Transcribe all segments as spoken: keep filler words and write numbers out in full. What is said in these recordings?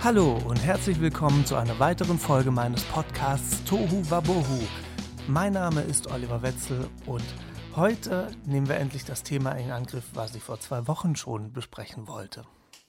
Hallo und herzlich willkommen zu einer weiteren Folge meines Podcasts Tohu Wabohu. Mein Name ist Oliver Wetzel und heute nehmen wir endlich das Thema in Angriff, was ich vor zwei Wochen schon besprechen wollte.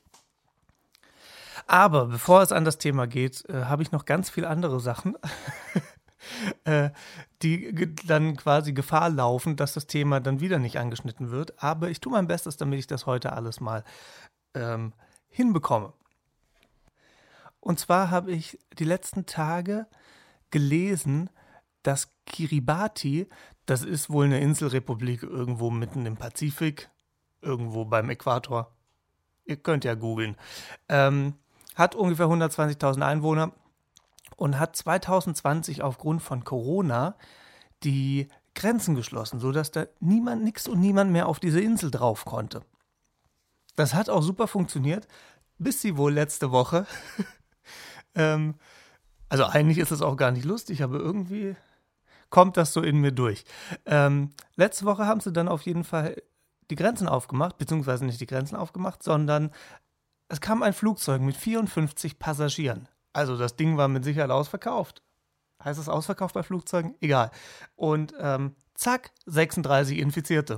Aber bevor es an das Thema geht, äh, habe ich noch ganz viele andere Sachen, äh, die ge- dann quasi Gefahr laufen, dass das Thema dann wieder nicht angeschnitten wird. Aber ich tue mein Bestes, damit ich das heute alles mal ähm, hinbekomme. Und zwar habe ich die letzten Tage gelesen, dass Kiribati, das ist wohl eine Inselrepublik irgendwo mitten im Pazifik, irgendwo beim Äquator, ihr könnt ja googeln, ähm, hat ungefähr hundertzwanzigtausend Einwohner und hat zwanzig zwanzig aufgrund von Corona die Grenzen geschlossen, sodass da niemand, nix und niemand mehr auf diese Insel drauf konnte. Das hat auch super funktioniert, bis sie wohl letzte Woche Ähm, also eigentlich ist es auch gar nicht lustig, aber irgendwie kommt das so in mir durch. Ähm, letzte Woche haben sie dann auf jeden Fall die Grenzen aufgemacht, beziehungsweise nicht die Grenzen aufgemacht, sondern es kam ein Flugzeug mit vierundfünfzig Passagieren. Also das Ding war mit Sicherheit ausverkauft. Heißt es ausverkauft bei Flugzeugen? Egal. Und ähm, zack, sechsunddreißig Infizierte.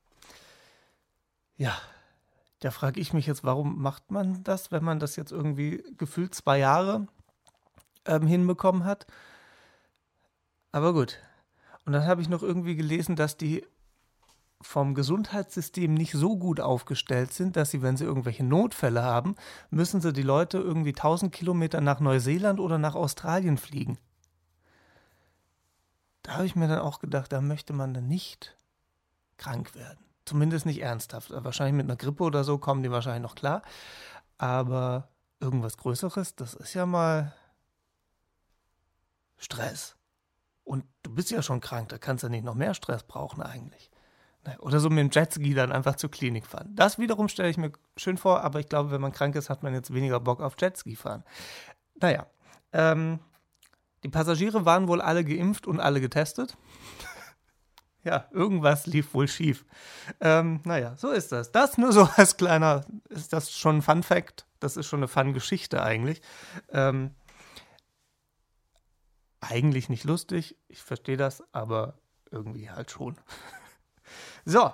Ja. Da frage ich mich jetzt, warum macht man das, wenn man das jetzt irgendwie gefühlt zwei Jahre ähm, hinbekommen hat? Aber gut. Und dann habe ich noch irgendwie gelesen, dass die vom Gesundheitssystem nicht so gut aufgestellt sind, dass sie, wenn sie irgendwelche Notfälle haben, müssen sie die Leute irgendwie tausend Kilometer nach Neuseeland oder nach Australien fliegen. Da habe ich mir dann auch gedacht, da möchte man dann nicht krank werden. Zumindest nicht ernsthaft. Wahrscheinlich mit einer Grippe oder so kommen die wahrscheinlich noch klar. Aber irgendwas Größeres, das ist ja mal Stress. Und du bist ja schon krank, da kannst du nicht noch mehr Stress brauchen eigentlich. Oder so mit dem Jetski dann einfach zur Klinik fahren. Das wiederum stelle ich mir schön vor, aber ich glaube, wenn man krank ist, hat man jetzt weniger Bock auf Jetski fahren. Naja, ähm, die Passagiere waren wohl alle geimpft und alle getestet. Ja, irgendwas lief wohl schief. Ähm, naja, so ist das. Das nur so als kleiner, ist das schon ein Fun-Fact? Das ist schon eine Fun-Geschichte eigentlich. Ähm, eigentlich nicht lustig, ich verstehe das, aber irgendwie halt schon. So.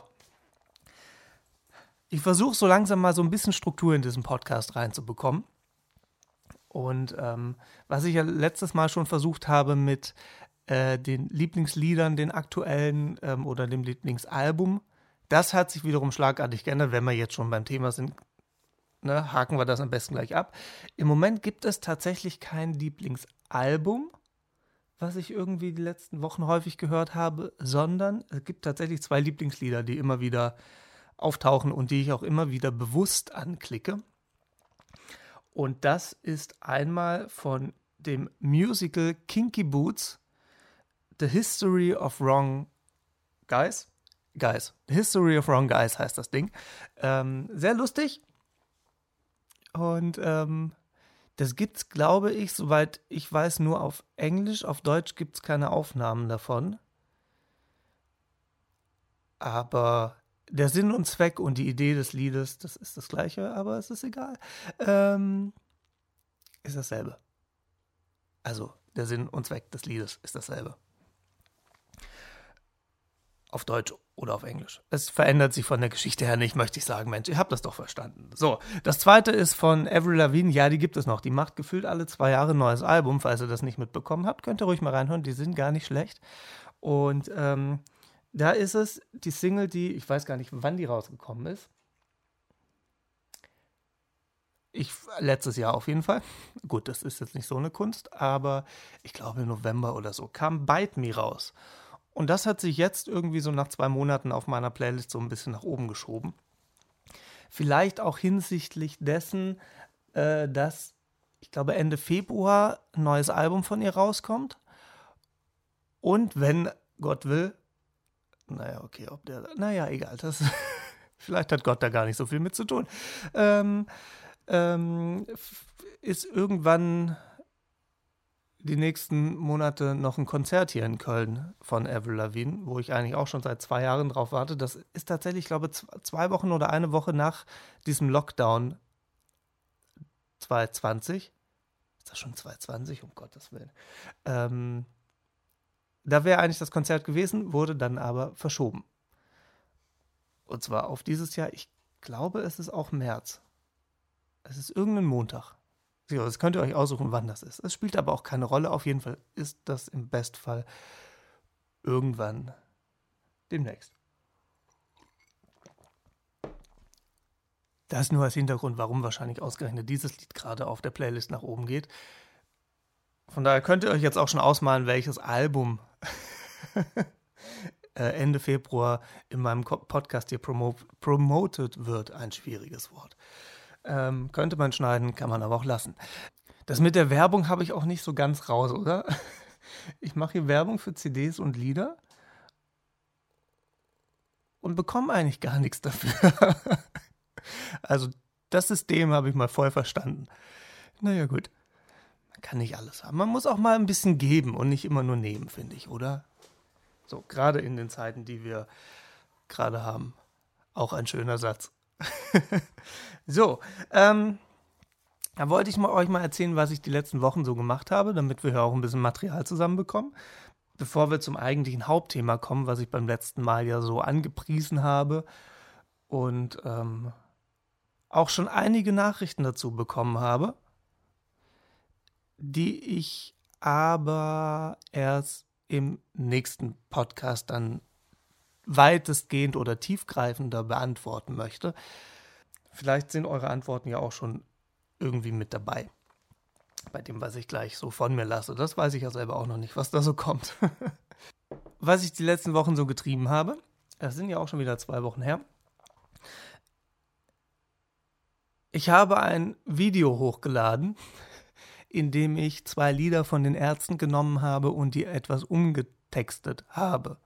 Ich versuche so langsam mal so ein bisschen Struktur in diesen Podcast reinzubekommen. Und ähm, was ich ja letztes Mal schon versucht habe mit äh, den Lieblingsliedern, den aktuellen ähm, oder dem Lieblingsalbum, das hat sich wiederum schlagartig geändert. Wenn wir jetzt schon beim Thema sind, ne, haken wir das am besten gleich ab. Im Moment gibt es tatsächlich kein Lieblingsalbum, was ich irgendwie die letzten Wochen häufig gehört habe, sondern es gibt tatsächlich zwei Lieblingslieder, die immer wieder auftauchen und die ich auch immer wieder bewusst anklicke. Und das ist einmal von dem Musical Kinky Boots, The History of Wrong Guys. Guys. The History of Wrong Guys heißt das Ding. Ähm, sehr lustig. Und ähm, das gibt's, glaube ich, soweit ich weiß, nur auf Englisch. Auf Deutsch gibt es keine Aufnahmen davon. Aber der Sinn und Zweck und die Idee des Liedes, das ist das Gleiche, aber es ist egal. Ähm, ist dasselbe. Also, der Sinn und Zweck des Liedes ist dasselbe. Auf Deutsch oder auf Englisch. Es verändert sich von der Geschichte her nicht, möchte ich sagen. Mensch, ihr habt das doch verstanden. So, das zweite ist von Avril Lavigne. Ja, die gibt es noch. Die macht gefühlt alle zwei Jahre ein neues Album. Falls ihr das nicht mitbekommen habt, könnt ihr ruhig mal reinhören. Die sind gar nicht schlecht. Und ähm, da ist es die Single, die, ich weiß gar nicht, wann die rausgekommen ist. Ich, letztes Jahr auf jeden Fall. Gut, das ist jetzt nicht so eine Kunst, aber ich glaube im November oder so kam Bite Me raus. Und das hat sich jetzt irgendwie so nach zwei Monaten auf meiner Playlist so ein bisschen nach oben geschoben. Vielleicht auch hinsichtlich dessen, äh, dass, ich glaube, Ende Februar ein neues Album von ihr rauskommt. Und wenn Gott will, naja, okay, ob der, naja, egal, das, vielleicht hat Gott da gar nicht so viel mit zu tun, ähm, ähm, ist irgendwann die nächsten Monate noch ein Konzert hier in Köln von Avril Lavigne, wo ich eigentlich auch schon seit zwei Jahren drauf warte. Das ist tatsächlich, ich glaube, zwei Wochen oder eine Woche nach diesem Lockdown zwanzig zwanzig. Ist das schon zwanzig zwanzig? Um Gottes Willen. Ähm, da wäre eigentlich das Konzert gewesen, wurde dann aber verschoben. Und zwar auf dieses Jahr, ich glaube, es ist auch März. Es ist irgendein Montag. So, das könnt ihr euch aussuchen, wann das ist. Es spielt aber auch keine Rolle. Auf jeden Fall ist das im Bestfall irgendwann demnächst. Das nur als Hintergrund, warum wahrscheinlich ausgerechnet dieses Lied gerade auf der Playlist nach oben geht. Von daher könnt ihr euch jetzt auch schon ausmalen, welches Album Ende Februar in meinem Podcast hier promo- promoted wird. Ein schwieriges Wort. Ähm, könnte man schneiden, kann man aber auch lassen. Das mit der Werbung habe ich auch nicht so ganz raus, oder? Ich mache hier Werbung für C Ds und Lieder und bekomme eigentlich gar nichts dafür. Also das System habe ich mal voll verstanden. Naja gut, man kann nicht alles haben. Man muss auch mal ein bisschen geben und nicht immer nur nehmen, finde ich, oder? So, gerade in den Zeiten, die wir gerade haben. Auch ein schöner Satz. So, ähm, da wollte ich mal, euch mal erzählen, was ich die letzten Wochen so gemacht habe, damit wir hier auch ein bisschen Material zusammenbekommen. Bevor wir zum eigentlichen Hauptthema kommen, was ich beim letzten Mal ja so angepriesen habe und ähm, auch schon einige Nachrichten dazu bekommen habe, die ich aber erst im nächsten Podcast dann weitestgehend oder tiefgreifender beantworten möchte. Vielleicht sind eure Antworten ja auch schon irgendwie mit dabei, bei dem, was ich gleich so von mir lasse. Das weiß ich ja selber auch noch nicht, was da so kommt. Was ich die letzten Wochen so getrieben habe, das sind ja auch schon wieder zwei Wochen her. Ich habe ein Video hochgeladen, in dem ich zwei Lieder von den Ärzten genommen habe und die etwas umgetextet habe.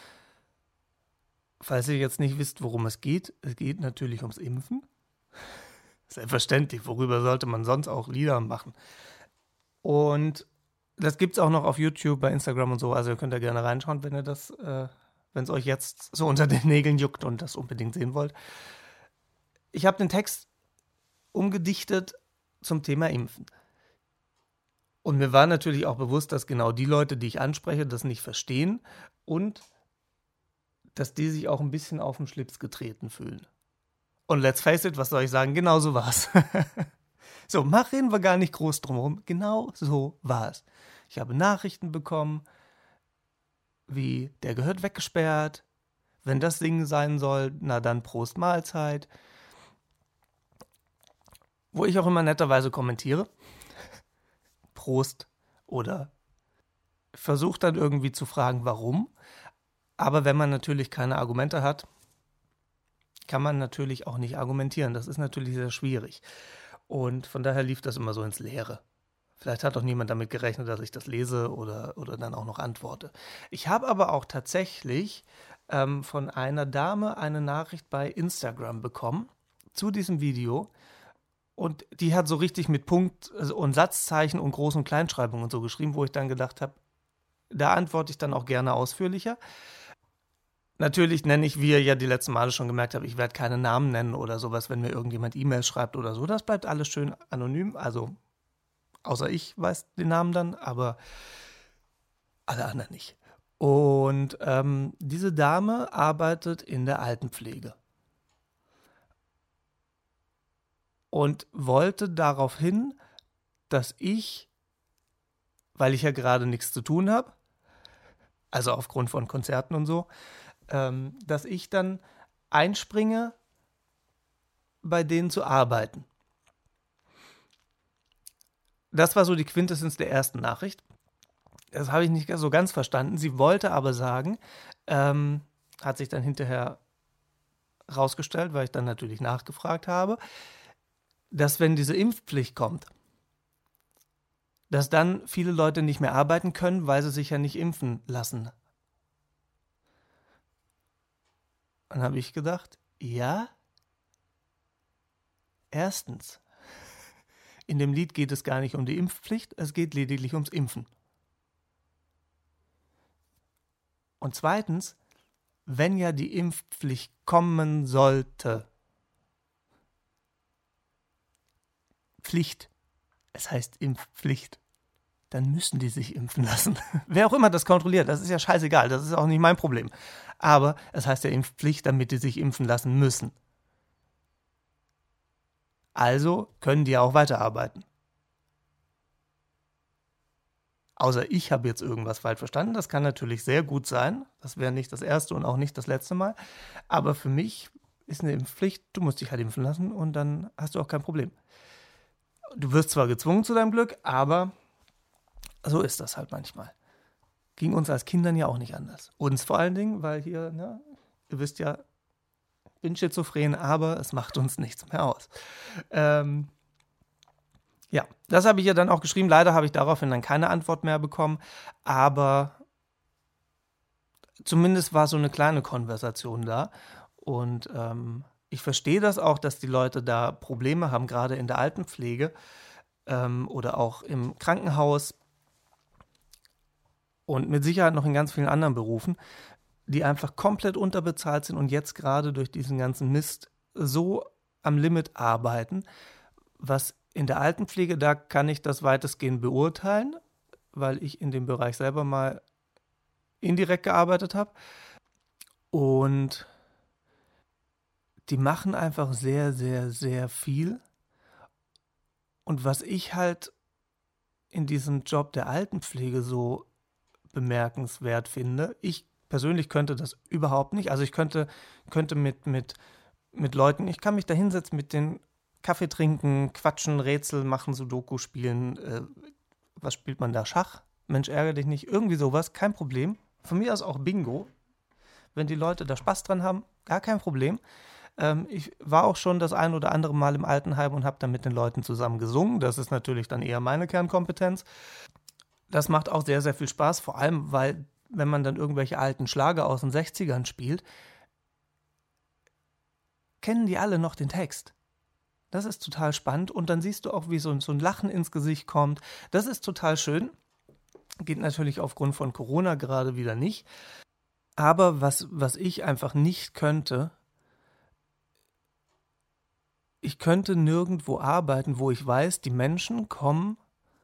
Falls ihr jetzt nicht wisst, worum es geht, es geht natürlich ums Impfen. Selbstverständlich, worüber sollte man sonst auch Lieder machen? Und das gibt es auch noch auf YouTube, bei Instagram und so, also ihr könnt da gerne reinschauen, wenn ihr das, äh, wenn es euch jetzt so unter den Nägeln juckt und das unbedingt sehen wollt. Ich habe den Text umgedichtet zum Thema Impfen. Und mir war natürlich auch bewusst, dass genau die Leute, die ich anspreche, das nicht verstehen und dass die sich auch ein bisschen auf den Schlips getreten fühlen. Und let's face it, was soll ich sagen, genau so war's. So, mach reden wir gar nicht groß drum herum, genau so war's. Ich habe Nachrichten bekommen, wie, der gehört weggesperrt, wenn das Singen sein soll, na dann Prost Mahlzeit. Wo ich auch immer netterweise kommentiere, Prost oder versuche dann irgendwie zu fragen, warum. Aber wenn man natürlich keine Argumente hat, kann man natürlich auch nicht argumentieren. Das ist natürlich sehr schwierig. Und von daher lief das immer so ins Leere. Vielleicht hat auch niemand damit gerechnet, dass ich das lese oder, oder dann auch noch antworte. Ich habe aber auch tatsächlich ähm, von einer Dame eine Nachricht bei Instagram bekommen zu diesem Video. Und die hat so richtig mit Punkt und Satzzeichen und Groß- und Kleinschreibung und so geschrieben, wo ich dann gedacht habe, da antworte ich dann auch gerne ausführlicher. Natürlich nenne ich, wie ihr ja die letzten Male schon gemerkt habt, ich werde keine Namen nennen oder sowas, wenn mir irgendjemand E-Mails schreibt oder so. Das bleibt alles schön anonym, also außer ich weiß den Namen dann, aber alle anderen nicht. Und ähm, diese Dame arbeitet in der Altenpflege und wollte darauf hin, dass ich, weil ich ja gerade nichts zu tun habe, also aufgrund von Konzerten und so, ähm, dass ich dann einspringe, bei denen zu arbeiten. Das war so die Quintessenz der ersten Nachricht. Das habe ich nicht so ganz verstanden. Sie wollte aber sagen, ähm, hat sich dann hinterher rausgestellt, weil ich dann natürlich nachgefragt habe, dass wenn diese Impfpflicht kommt, dass dann viele Leute nicht mehr arbeiten können, weil sie sich ja nicht impfen lassen. Dann habe ich gedacht, ja, erstens, in dem Lied geht es gar nicht um die Impfpflicht, es geht lediglich ums Impfen. Und zweitens, wenn ja die Impfpflicht kommen sollte, Pflicht, Es heißt Impfpflicht. Dann müssen die sich impfen lassen. Wer auch immer das kontrolliert, das ist ja scheißegal, das ist auch nicht mein Problem. Aber es heißt ja Impfpflicht, damit die sich impfen lassen müssen. Also können die ja auch weiterarbeiten. Außer ich habe jetzt irgendwas falsch verstanden. Das kann natürlich sehr gut sein. Das wäre nicht das erste und auch nicht das letzte Mal. Aber für mich ist eine Impfpflicht, du musst dich halt impfen lassen und dann hast du auch kein Problem. Du wirst zwar gezwungen zu deinem Glück, aber so ist das halt manchmal. Ging uns als Kindern ja auch nicht anders. Uns vor allen Dingen, weil hier, ne, ihr wisst ja, ich bin schizophren, aber es macht uns nichts mehr aus. Ähm, ja, das habe ich ja dann auch geschrieben. Leider habe ich daraufhin dann keine Antwort mehr bekommen, aber zumindest war so eine kleine Konversation da. Und ähm, ich verstehe das auch, dass die Leute da Probleme haben, gerade in der Altenpflege ähm, oder auch im Krankenhaus und mit Sicherheit noch in ganz vielen anderen Berufen, die einfach komplett unterbezahlt sind und jetzt gerade durch diesen ganzen Mist so am Limit arbeiten. Was in der Altenpflege, da kann ich das weitestgehend beurteilen, weil ich in dem Bereich selber mal indirekt gearbeitet habe. Und die machen einfach sehr, sehr, sehr viel. Und was ich halt in diesem Job der Altenpflege so bemerkenswert finde, ich persönlich könnte das überhaupt nicht. Also ich könnte, könnte mit, mit, mit Leuten, ich kann mich da hinsetzen, mit den Kaffee trinken, quatschen, Rätsel machen, Sudoku spielen. Äh, was spielt man da? Schach? Mensch, ärgere dich nicht. Irgendwie sowas, kein Problem. Von mir aus auch Bingo. Wenn die Leute da Spaß dran haben, gar kein Problem. Ähm, ich war auch schon das ein oder andere Mal im Altenheim und habe dann mit den Leuten zusammen gesungen. Das ist natürlich dann eher meine Kernkompetenz. Das macht auch sehr, sehr viel Spaß, vor allem, weil, wenn man dann irgendwelche alten Schlager aus den sechzigern spielt, kennen die alle noch den Text. Das ist total spannend und dann siehst du auch, wie so, so ein Lachen ins Gesicht kommt. Das ist total schön. Geht natürlich aufgrund von Corona gerade wieder nicht. Aber was, was ich einfach nicht könnte, ich könnte nirgendwo arbeiten, wo ich weiß, die Menschen kommen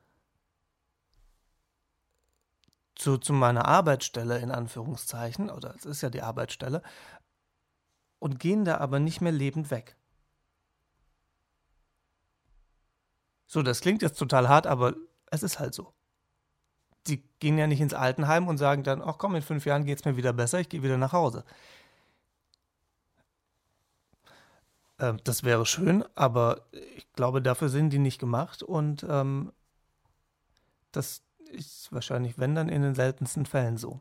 zu, zu meiner Arbeitsstelle, in Anführungszeichen, oder es ist ja die Arbeitsstelle, und gehen da aber nicht mehr lebend weg. So, das klingt jetzt total hart, aber es ist halt so. Die gehen ja nicht ins Altenheim und sagen dann, ach komm, in fünf Jahren geht es mir wieder besser, ich gehe wieder nach Hause. Ähm, das wäre schön, aber ich glaube, dafür sind die nicht gemacht und ähm, das ist wahrscheinlich, wenn dann, in den seltensten Fällen so.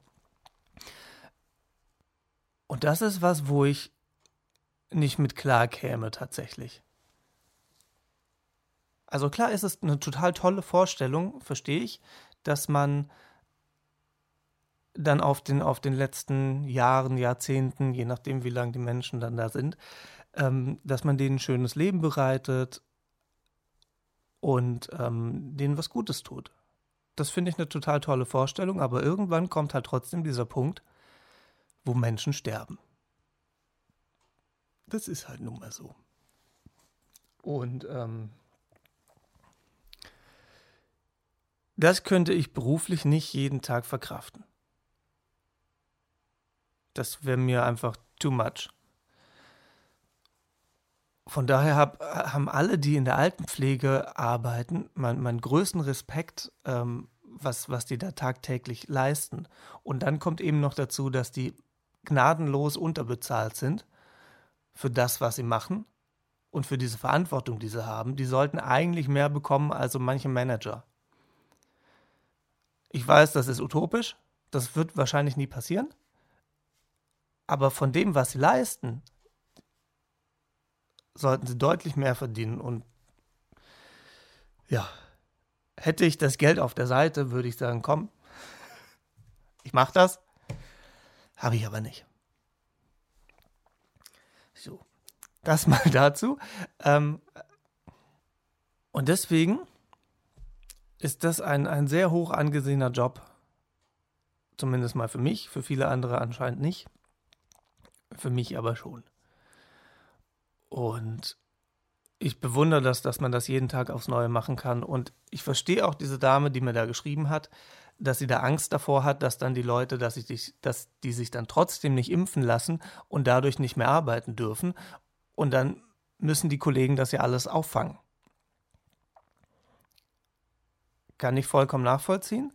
Und das ist was, wo ich nicht mit klar käme tatsächlich. Also klar ist es eine total tolle Vorstellung, verstehe ich, dass man dann auf den, auf den letzten Jahren, Jahrzehnten, je nachdem wie lange die Menschen dann da sind, ähm, dass man denen ein schönes Leben bereitet und ähm, denen was Gutes tut. Das finde ich eine total tolle Vorstellung, aber irgendwann kommt halt trotzdem dieser Punkt, wo Menschen sterben. Das ist halt nun mal so. Und ähm, das könnte ich beruflich nicht jeden Tag verkraften. Das wäre mir einfach too much. Von daher hab, haben alle, die in der Altenpflege arbeiten, meinen mein größten Respekt, ähm, was, was die da tagtäglich leisten. Und dann kommt eben noch dazu, dass die gnadenlos unterbezahlt sind für das, was sie machen und für diese Verantwortung, die sie haben. Die sollten eigentlich mehr bekommen als so manche Manager. Ich weiß, das ist utopisch, das wird wahrscheinlich nie passieren, aber von dem, was sie leisten, sollten sie deutlich mehr verdienen. Und ja, hätte ich das Geld auf der Seite, würde ich sagen, komm, ich mache das. Habe ich aber nicht. So, das mal dazu. Ähm, und deswegen ist das ein, ein sehr hoch angesehener Job. Zumindest mal für mich, für viele andere anscheinend nicht. Für mich aber schon. Und ich bewundere das, dass man das jeden Tag aufs Neue machen kann. Und ich verstehe auch diese Dame, die mir da geschrieben hat, dass sie da Angst davor hat, dass dann die Leute, dass, ich, dass die sich dann trotzdem nicht impfen lassen und dadurch nicht mehr arbeiten dürfen. Und dann müssen die Kollegen das ja alles auffangen. Kann ich vollkommen nachvollziehen.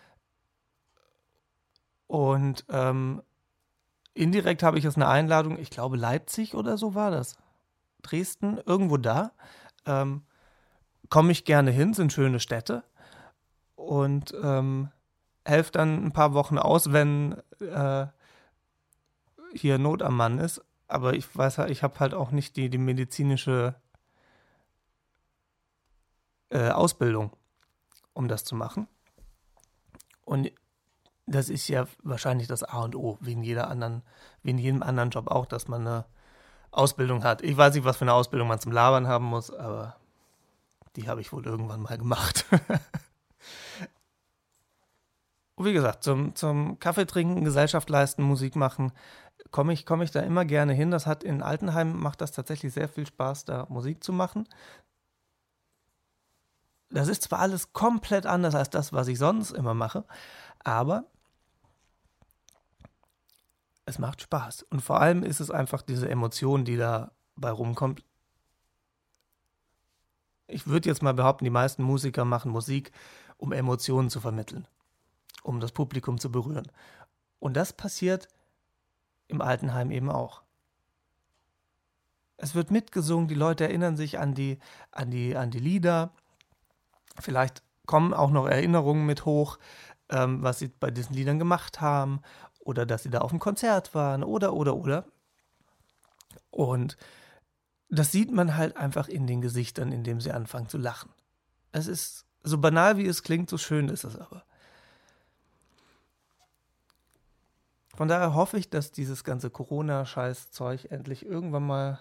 Und ähm, indirekt habe ich jetzt eine Einladung, ich glaube Leipzig oder so war das. Dresden, irgendwo da. Ähm, komme ich gerne hin, sind schöne Städte. Und ähm, helfe dann ein paar Wochen aus, wenn äh, hier Not am Mann ist. Aber ich weiß halt, ich habe halt auch nicht die, die medizinische äh, Ausbildung, um das zu machen. Und das ist ja wahrscheinlich das A und O, wie in jeder anderen, wie in jedem anderen Job auch, dass man eine Ausbildung hat. Ich weiß nicht, was für eine Ausbildung man zum Labern haben muss, aber die habe ich wohl irgendwann mal gemacht. Und wie gesagt, zum, zum Kaffee trinken, Gesellschaft leisten, Musik machen, komme ich, komm ich da immer gerne hin. Das hat in Altenheim, macht das tatsächlich sehr viel Spaß, da Musik zu machen. Das ist zwar alles komplett anders als das, was ich sonst immer mache, aber es macht Spaß. Und vor allem ist es einfach diese Emotion, die dabei rumkommt. Ich würde jetzt mal behaupten, die meisten Musiker machen Musik, um Emotionen zu vermitteln, um das Publikum zu berühren. Und das passiert im Altenheim eben auch. Es wird mitgesungen, die Leute erinnern sich an die, an die, an die Lieder. Vielleicht kommen auch noch Erinnerungen mit hoch, ähm, was sie bei diesen Liedern gemacht haben oder dass sie da auf dem Konzert waren oder, oder, oder. Und das sieht man halt einfach in den Gesichtern, indem sie anfangen zu lachen. Es ist so banal, wie es klingt, so schön ist es aber. Von daher hoffe ich, dass dieses ganze Corona-Scheiß-Zeug endlich irgendwann mal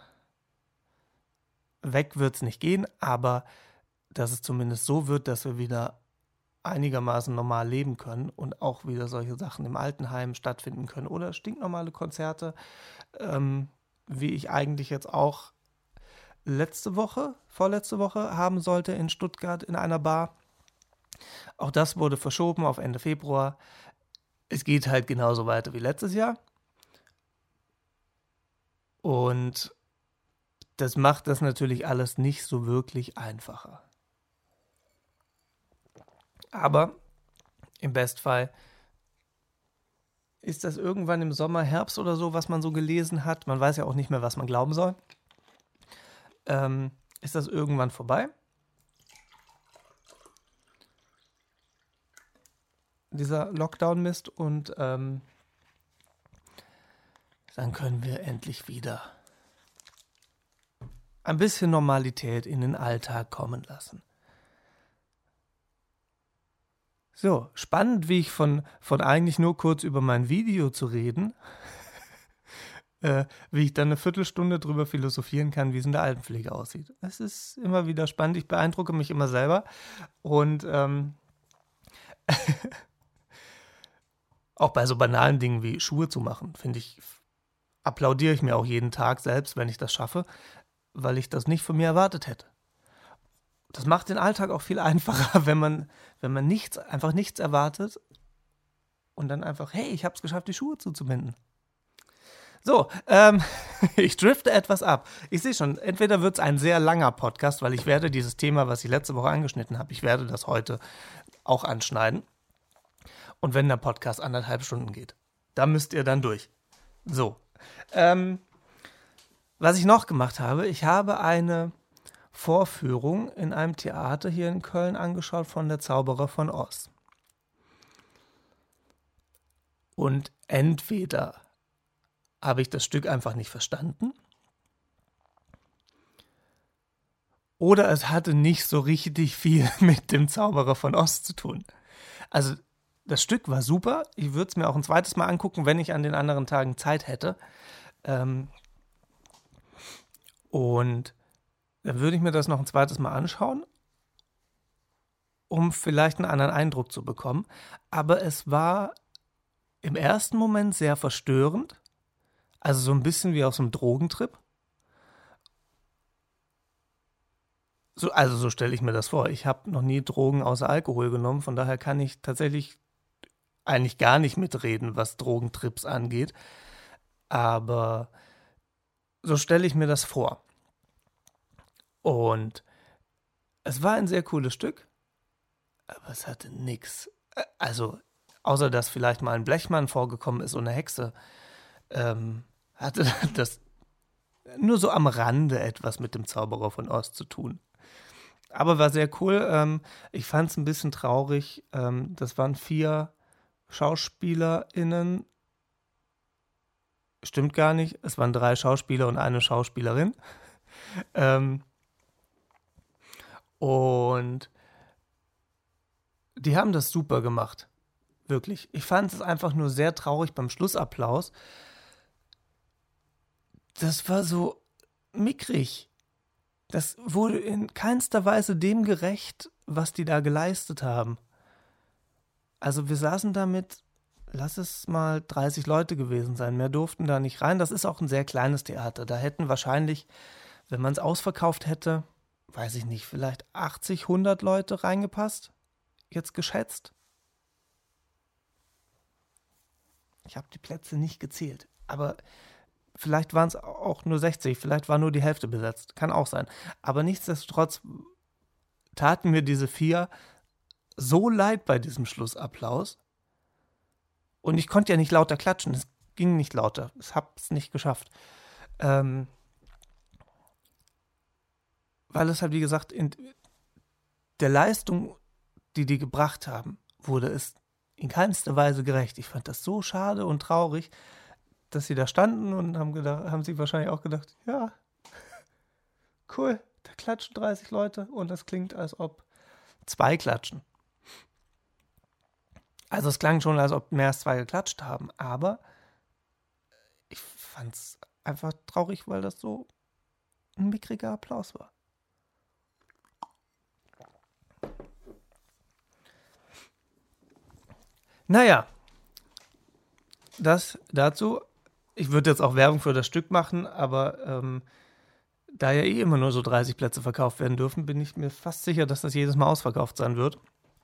weg wird's nicht gehen, aber dass es zumindest so wird, dass wir wieder einigermaßen normal leben können und auch wieder solche Sachen im Altenheim stattfinden können oder stinknormale Konzerte, ähm, wie ich eigentlich jetzt auch letzte Woche, vorletzte Woche haben sollte in Stuttgart in einer Bar. Auch das wurde verschoben auf Ende Februar. Es geht halt genauso weiter wie letztes Jahr. Und das macht das natürlich alles nicht so wirklich einfacher. Aber im Bestfall ist das irgendwann im Sommer, Herbst oder so, was man so gelesen hat. Man weiß ja auch nicht mehr, was man glauben soll. Ähm, ist das irgendwann vorbei? Dieser Lockdown-Mist und ähm, dann können wir endlich wieder ein bisschen Normalität in den Alltag kommen lassen. So, spannend, wie ich von, von eigentlich nur kurz über mein Video zu reden, äh, wie ich dann eine Viertelstunde drüber philosophieren kann, wie es in der Altenpflege aussieht. Es ist immer wieder spannend, ich beeindrucke mich immer selber und ähm, auch bei so banalen Dingen wie Schuhe zu machen, finde ich, applaudiere ich mir auch jeden Tag selbst, wenn ich das schaffe, weil ich das nicht von mir erwartet hätte. Das macht den Alltag auch viel einfacher, wenn man, wenn man nichts, einfach nichts erwartet und dann einfach, hey, ich habe es geschafft, die Schuhe zuzubinden. So, ähm, ich drifte etwas ab. Ich sehe schon, entweder wird es ein sehr langer Podcast, weil ich werde dieses Thema, was ich letzte Woche angeschnitten habe, ich werde das heute auch anschneiden. Und wenn der Podcast anderthalb Stunden geht, da müsst ihr dann durch. So, ähm, was ich noch gemacht habe, ich habe eine Vorführung in einem Theater hier in Köln angeschaut von der Zauberer von Oz. Und entweder habe ich das Stück einfach nicht verstanden oder es hatte nicht so richtig viel mit dem Zauberer von Oz zu tun. Also das Stück war super, ich würde es mir auch ein zweites Mal angucken, wenn ich an den anderen Tagen Zeit hätte. Ähm und dann würde ich mir das noch ein zweites Mal anschauen, um vielleicht einen anderen Eindruck zu bekommen. Aber es war im ersten Moment sehr verstörend, also so ein bisschen wie auf so einem Drogentrip. So, also so stelle ich mir das vor. Ich habe noch nie Drogen außer Alkohol genommen, von daher kann ich tatsächlich eigentlich gar nicht mitreden, was Drogentrips angeht. Aber so stelle ich mir das vor. Und es war ein sehr cooles Stück, aber es hatte nix. Äh, Also, außer dass vielleicht mal ein Blechmann vorgekommen ist und eine Hexe, ähm, hatte das nur so am Rande etwas mit dem Zauberer von Oz zu tun. Aber war sehr cool. Ähm, ich fand es ein bisschen traurig. Ähm, das waren vier SchauspielerInnen. Stimmt gar nicht. Es waren drei Schauspieler und eine Schauspielerin. Ähm, und die haben das super gemacht. Wirklich. Ich fand es einfach nur sehr traurig beim Schlussapplaus. Das war so mickrig. Das wurde in keinster Weise dem gerecht, was die da geleistet haben. Also wir saßen da mit, lass es mal dreißig Leute gewesen sein, mehr durften da nicht rein. Das ist auch ein sehr kleines Theater. Da hätten wahrscheinlich, wenn man es ausverkauft hätte, weiß ich nicht, vielleicht achtzig, hundert Leute reingepasst. Jetzt geschätzt. Ich habe die Plätze nicht gezählt, aber vielleicht waren es auch nur sechzig, vielleicht war nur die Hälfte besetzt. Kann auch sein. Aber nichtsdestotrotz taten mir diese vier so leid bei diesem Schlussapplaus. Und ich konnte ja nicht lauter klatschen. Es ging nicht lauter. Ich habe es nicht geschafft. Ähm, weil es halt, wie gesagt, in der Leistung, die die gebracht haben, wurde es in keinster Weise gerecht. Ich fand das so schade und traurig, dass sie da standen und haben, gedacht, haben sie wahrscheinlich auch gedacht, ja, cool, da klatschen dreißig Leute und das klingt, als ob zwei klatschen. Also es klang schon, als ob mehr als zwei geklatscht haben, aber ich fand es einfach traurig, weil das so ein mickriger Applaus war. Naja, das dazu. Ich würde jetzt auch Werbung für das Stück machen, aber ähm, da ja eh immer nur so dreißig Plätze verkauft werden dürfen, bin ich mir fast sicher, dass das jedes Mal ausverkauft sein wird.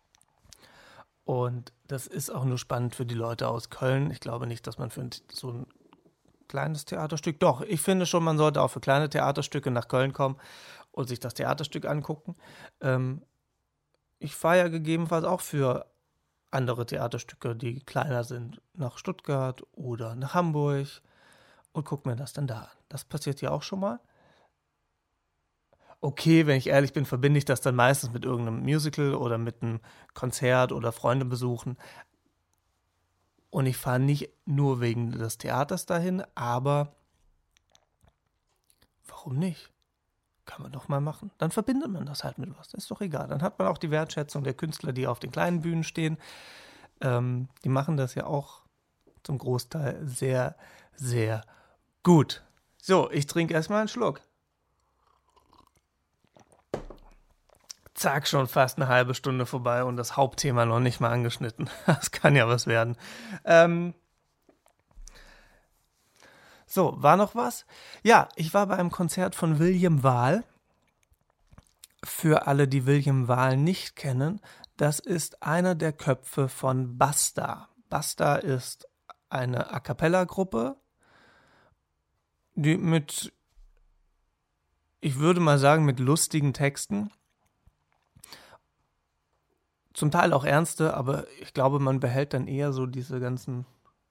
Und das ist auch nur spannend für die Leute aus Köln. Ich glaube nicht, dass man für so ein kleines Theaterstück, doch, ich finde schon, man sollte auch für kleine Theaterstücke nach Köln kommen und sich das Theaterstück angucken. Ähm, ich fahre ja gegebenenfalls auch für andere Theaterstücke, die kleiner sind, nach Stuttgart oder nach Hamburg und gucke mir das dann da an. Das passiert ja auch schon mal. Okay, wenn ich ehrlich bin, verbinde ich das dann meistens mit irgendeinem Musical oder mit einem Konzert oder Freunde besuchen. Und ich fahre nicht nur wegen des Theaters dahin, aber warum nicht? Kann man doch mal machen. Dann verbindet man das halt mit was. Ist doch egal. Dann hat man auch die Wertschätzung der Künstler, die auf den kleinen Bühnen stehen. Ähm, die machen das ja auch zum Großteil sehr, sehr gut. So, ich trinke erstmal einen Schluck. Zack, schon fast eine halbe Stunde vorbei und das Hauptthema noch nicht mal angeschnitten. Das kann ja was werden. Ähm so, war noch was? Ja, ich war bei einem Konzert von William Wahl. Für alle, die William Wahl nicht kennen, das ist einer der Köpfe von Basta. Basta ist eine A-Cappella-Gruppe, die mit, ich würde mal sagen, mit lustigen Texten, zum Teil auch ernste, aber ich glaube, man behält dann eher so diese ganzen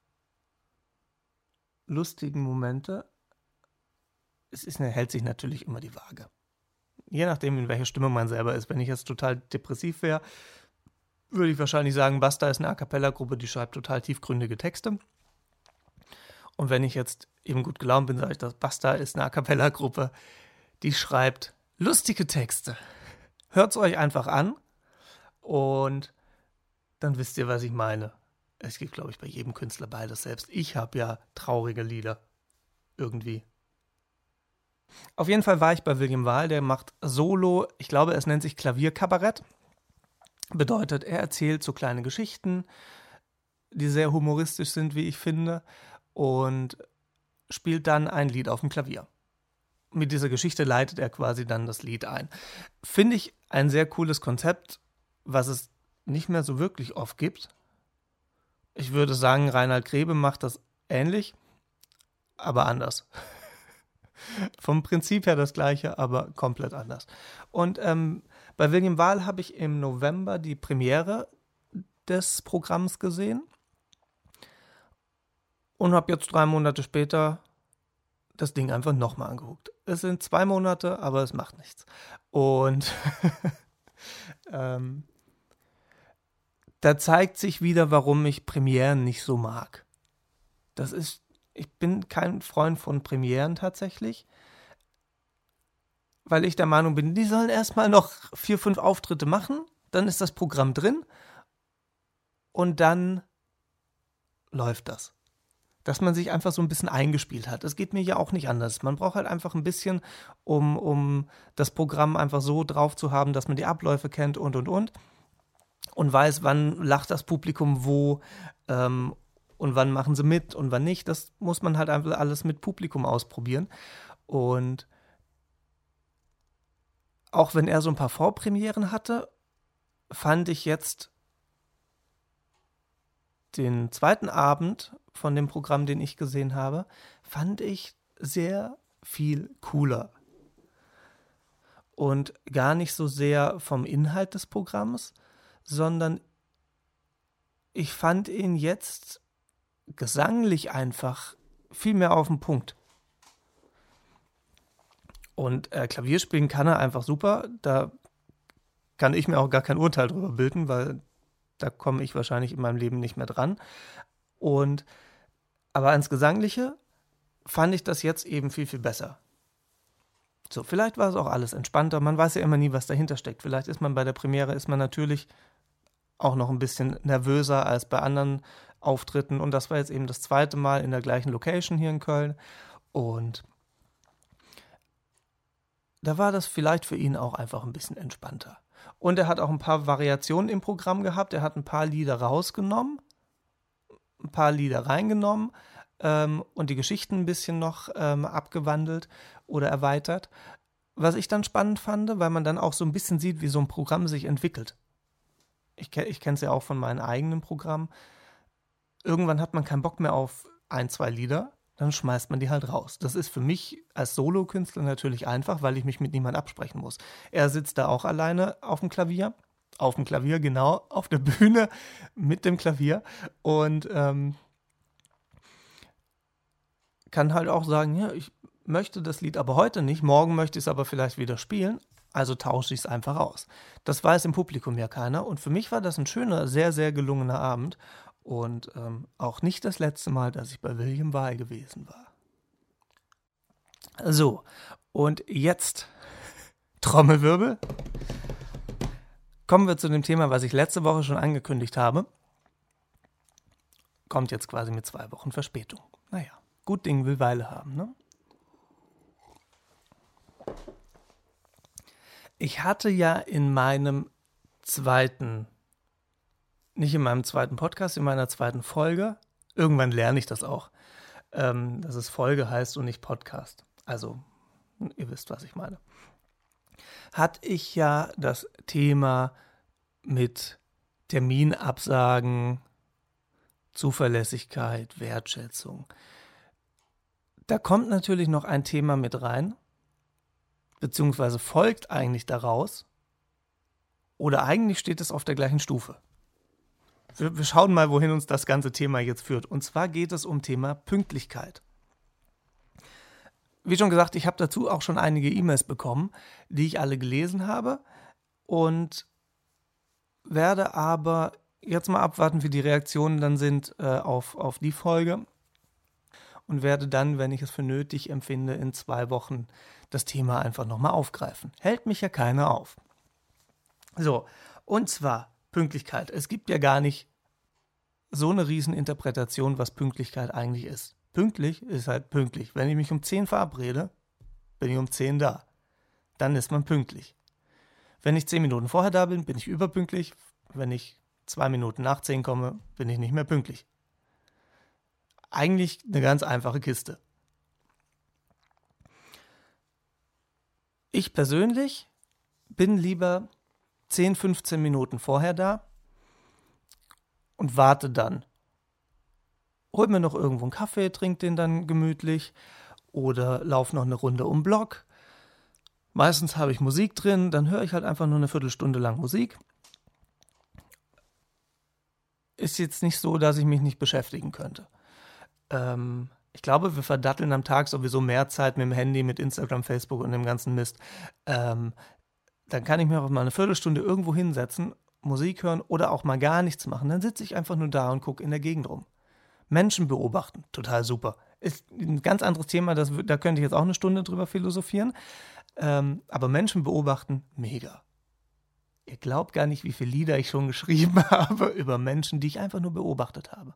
lustigen Momente. Es ist, hält sich natürlich immer die Waage. Je nachdem, in welcher Stimmung man selber ist. Wenn ich jetzt total depressiv wäre, würde ich wahrscheinlich sagen, Basta ist eine A-Cappella-Gruppe, die schreibt total tiefgründige Texte. Und wenn ich jetzt eben gut gelaunt bin, sage ich, dass Basta ist eine A-Cappella-Gruppe, die schreibt lustige Texte. Hört es euch einfach an und dann wisst ihr, was ich meine. Es gibt, glaube ich, bei jedem Künstler beides. Selbst ich habe ja traurige Lieder. Irgendwie. Auf jeden Fall war ich bei William Wahl, der macht Solo, ich glaube, es nennt sich Klavierkabarett. Bedeutet, er erzählt so kleine Geschichten, die sehr humoristisch sind, wie ich finde, und spielt dann ein Lied auf dem Klavier. mit dieser Geschichte leitet er quasi dann das Lied ein. Finde ich ein sehr cooles Konzept, was es nicht mehr so wirklich oft gibt. Ich würde sagen, Reinhard Grebe macht das ähnlich, aber anders. Vom Prinzip her das Gleiche, aber komplett anders. Und ähm, bei William Wahl habe ich im November die Premiere des Programms gesehen und habe jetzt drei Monate später das Ding einfach nochmal angeguckt. Es sind zwei Monate, aber es macht nichts. Und ähm, da zeigt sich wieder, warum ich Premieren nicht so mag. Das ist, ich bin kein Freund von Premieren tatsächlich, weil ich der Meinung bin, die sollen erstmal noch vier, fünf Auftritte machen, dann ist das Programm drin und dann läuft das. Dass man sich einfach so ein bisschen eingespielt hat. Das geht mir ja auch nicht anders. Man braucht halt einfach ein bisschen, um, um das Programm einfach so drauf zu haben, dass man die Abläufe kennt und, und, und. Und weiß, wann lacht das Publikum wo ähm, und wann machen sie mit und wann nicht. Das muss man halt einfach alles mit Publikum ausprobieren. Und auch wenn er so ein paar Vorpremieren hatte, fand ich jetzt den zweiten Abend von dem Programm, den ich gesehen habe, fand ich sehr viel cooler. Und gar nicht so sehr vom Inhalt des Programms, sondern ich fand ihn jetzt gesanglich einfach viel mehr auf den Punkt. Und äh, Klavier spielen kann er einfach super. Da kann ich mir auch gar kein Urteil drüber bilden, weil da komme ich wahrscheinlich in meinem Leben nicht mehr dran. Und aber ans Gesangliche fand ich das jetzt eben viel, viel besser. So, vielleicht war es auch alles entspannter. Man weiß ja immer nie, was dahinter steckt. Vielleicht ist man bei der Premiere, ist man natürlich auch noch ein bisschen nervöser als bei anderen Auftritten. Und das war jetzt eben das zweite Mal in der gleichen Location hier in Köln. Und da war das vielleicht für ihn auch einfach ein bisschen entspannter. Und er hat auch ein paar Variationen im Programm gehabt. Er hat ein paar Lieder rausgenommen, ein paar Lieder reingenommen ähm, und die Geschichten ein bisschen noch ähm, abgewandelt oder erweitert. Was ich dann spannend fand, weil man dann auch so ein bisschen sieht, wie so ein Programm sich entwickelt. Ich, ich kenne es ja auch von meinem eigenen Programm. Irgendwann hat man keinen Bock mehr auf ein, zwei Lieder, dann schmeißt man die halt raus. Das ist für mich als Solokünstler natürlich einfach, weil ich mich mit niemandem absprechen muss. Er sitzt da auch alleine auf dem Klavier, auf dem Klavier, genau, auf der Bühne mit dem Klavier und ähm, kann halt auch sagen, ja, ich möchte das Lied aber heute nicht, morgen möchte ich es aber vielleicht wieder spielen, also tausche ich es einfach aus. Das weiß im Publikum ja keiner und für mich war das ein schöner, sehr, sehr gelungener Abend. Und ähm, auch nicht das letzte Mal, dass ich bei William Wahl gewesen war. So, und jetzt Trommelwirbel. Kommen wir zu dem Thema, was ich letzte Woche schon angekündigt habe. Kommt jetzt quasi mit zwei Wochen Verspätung. Naja, gut Ding will Weile haben, ne? Ich hatte ja in meinem zweiten Nicht in meinem zweiten Podcast, in meiner zweiten Folge. Irgendwann lerne ich das auch, ähm, dass es Folge heißt und nicht Podcast. Also, ihr wisst, was ich meine. Hatte ich ja das Thema mit Terminabsagen, Zuverlässigkeit, Wertschätzung. Da kommt natürlich noch ein Thema mit rein, beziehungsweise folgt eigentlich daraus, oder eigentlich steht es auf der gleichen Stufe. Wir schauen mal, wohin uns das ganze Thema jetzt führt. Und zwar geht es um Thema Pünktlichkeit. Wie schon gesagt, ich habe dazu auch schon einige E-Mails bekommen, die ich alle gelesen habe und werde aber jetzt mal abwarten, wie die Reaktionen dann sind äh, auf, auf die Folge und werde dann, wenn ich es für nötig empfinde, in zwei Wochen das Thema einfach nochmal aufgreifen. Hält mich ja keiner auf. So, und zwar Pünktlichkeit. Es gibt ja gar nicht so eine Rieseninterpretation, was Pünktlichkeit eigentlich ist. Pünktlich ist halt pünktlich. Wenn ich mich um zehn verabrede, bin ich um zehn da. Dann ist man pünktlich. Wenn ich zehn Minuten vorher da bin, bin ich überpünktlich. Wenn ich zwei Minuten nach zehn komme, bin ich nicht mehr pünktlich. Eigentlich eine ganz einfache Kiste. Ich persönlich bin lieber zehn, fünfzehn Minuten vorher da und warte dann. Hol mir noch irgendwo einen Kaffee, trink den dann gemütlich oder lauf noch eine Runde um den Block. Meistens habe ich Musik drin, dann höre ich halt einfach nur eine Viertelstunde lang Musik. Ist jetzt nicht so, dass ich mich nicht beschäftigen könnte. Ähm, ich glaube, wir verdatteln am Tag sowieso mehr Zeit mit dem Handy, mit Instagram, Facebook und dem ganzen Mist. Ähm, dann kann ich mir auch mal eine Viertelstunde irgendwo hinsetzen, Musik hören oder auch mal gar nichts machen. Dann sitze ich einfach nur da und gucke in der Gegend rum. Menschen beobachten, total super. Ist ein ganz anderes Thema, das, da könnte ich jetzt auch eine Stunde drüber philosophieren. Ähm, aber Menschen beobachten, mega. Ihr glaubt gar nicht, wie viele Lieder ich schon geschrieben habe über Menschen, die ich einfach nur beobachtet habe.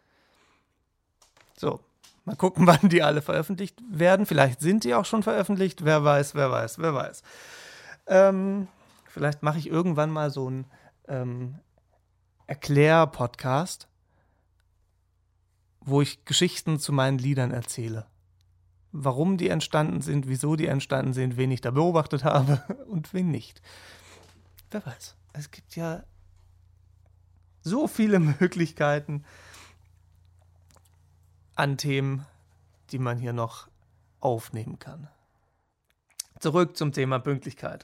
So, mal gucken, wann die alle veröffentlicht werden. Vielleicht sind die auch schon veröffentlicht. Wer weiß, wer weiß, wer weiß. Ähm, vielleicht mache ich irgendwann mal so einen ähm, Erklär-Podcast, wo ich Geschichten zu meinen Liedern erzähle. Warum die entstanden sind, wieso die entstanden sind, wen ich da beobachtet habe und wen nicht. Wer weiß. Es gibt ja so viele Möglichkeiten an Themen, die man hier noch aufnehmen kann. Zurück zum Thema Pünktlichkeit.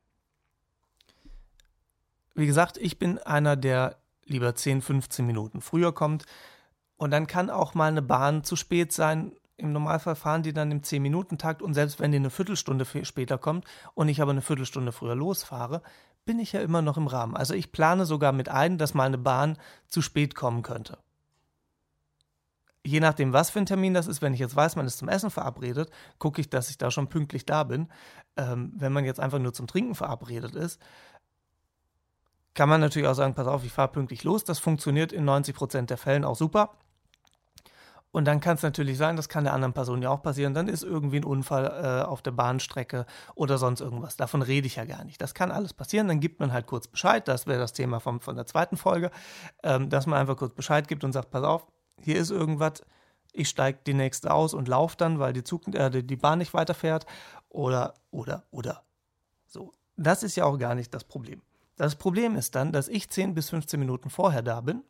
Wie gesagt, ich bin einer, der lieber zehn, fünfzehn Minuten früher kommt. Und dann kann auch mal eine Bahn zu spät sein. Im Normalfall fahren die dann im zehn-Minuten-Takt und selbst wenn die eine Viertelstunde später kommt und ich aber eine Viertelstunde früher losfahre, bin ich ja immer noch im Rahmen. Also ich plane sogar mit ein, dass mal eine Bahn zu spät kommen könnte. Je nachdem, was für ein Termin das ist, wenn ich jetzt weiß, man ist zum Essen verabredet, gucke ich, dass ich da schon pünktlich da bin. Ähm, wenn man jetzt einfach nur zum Trinken verabredet ist, kann man natürlich auch sagen, pass auf, ich fahre pünktlich los. Das funktioniert in neunzig Prozent der Fällen auch super. Und dann kann es natürlich sein, das kann der anderen Person ja auch passieren, dann ist irgendwie ein Unfall äh, auf der Bahnstrecke oder sonst irgendwas. Davon rede ich ja gar nicht. Das kann alles passieren, dann gibt man halt kurz Bescheid, das wäre das Thema vom, von der zweiten Folge, ähm, dass man einfach kurz Bescheid gibt und sagt, pass auf, hier ist irgendwas, ich steige die nächste aus und laufe dann, weil die, Zug, äh, die Bahn nicht weiterfährt oder, oder, oder. So, das ist ja auch gar nicht das Problem. Das Problem ist dann, dass ich zehn bis fünfzehn Minuten vorher da bin.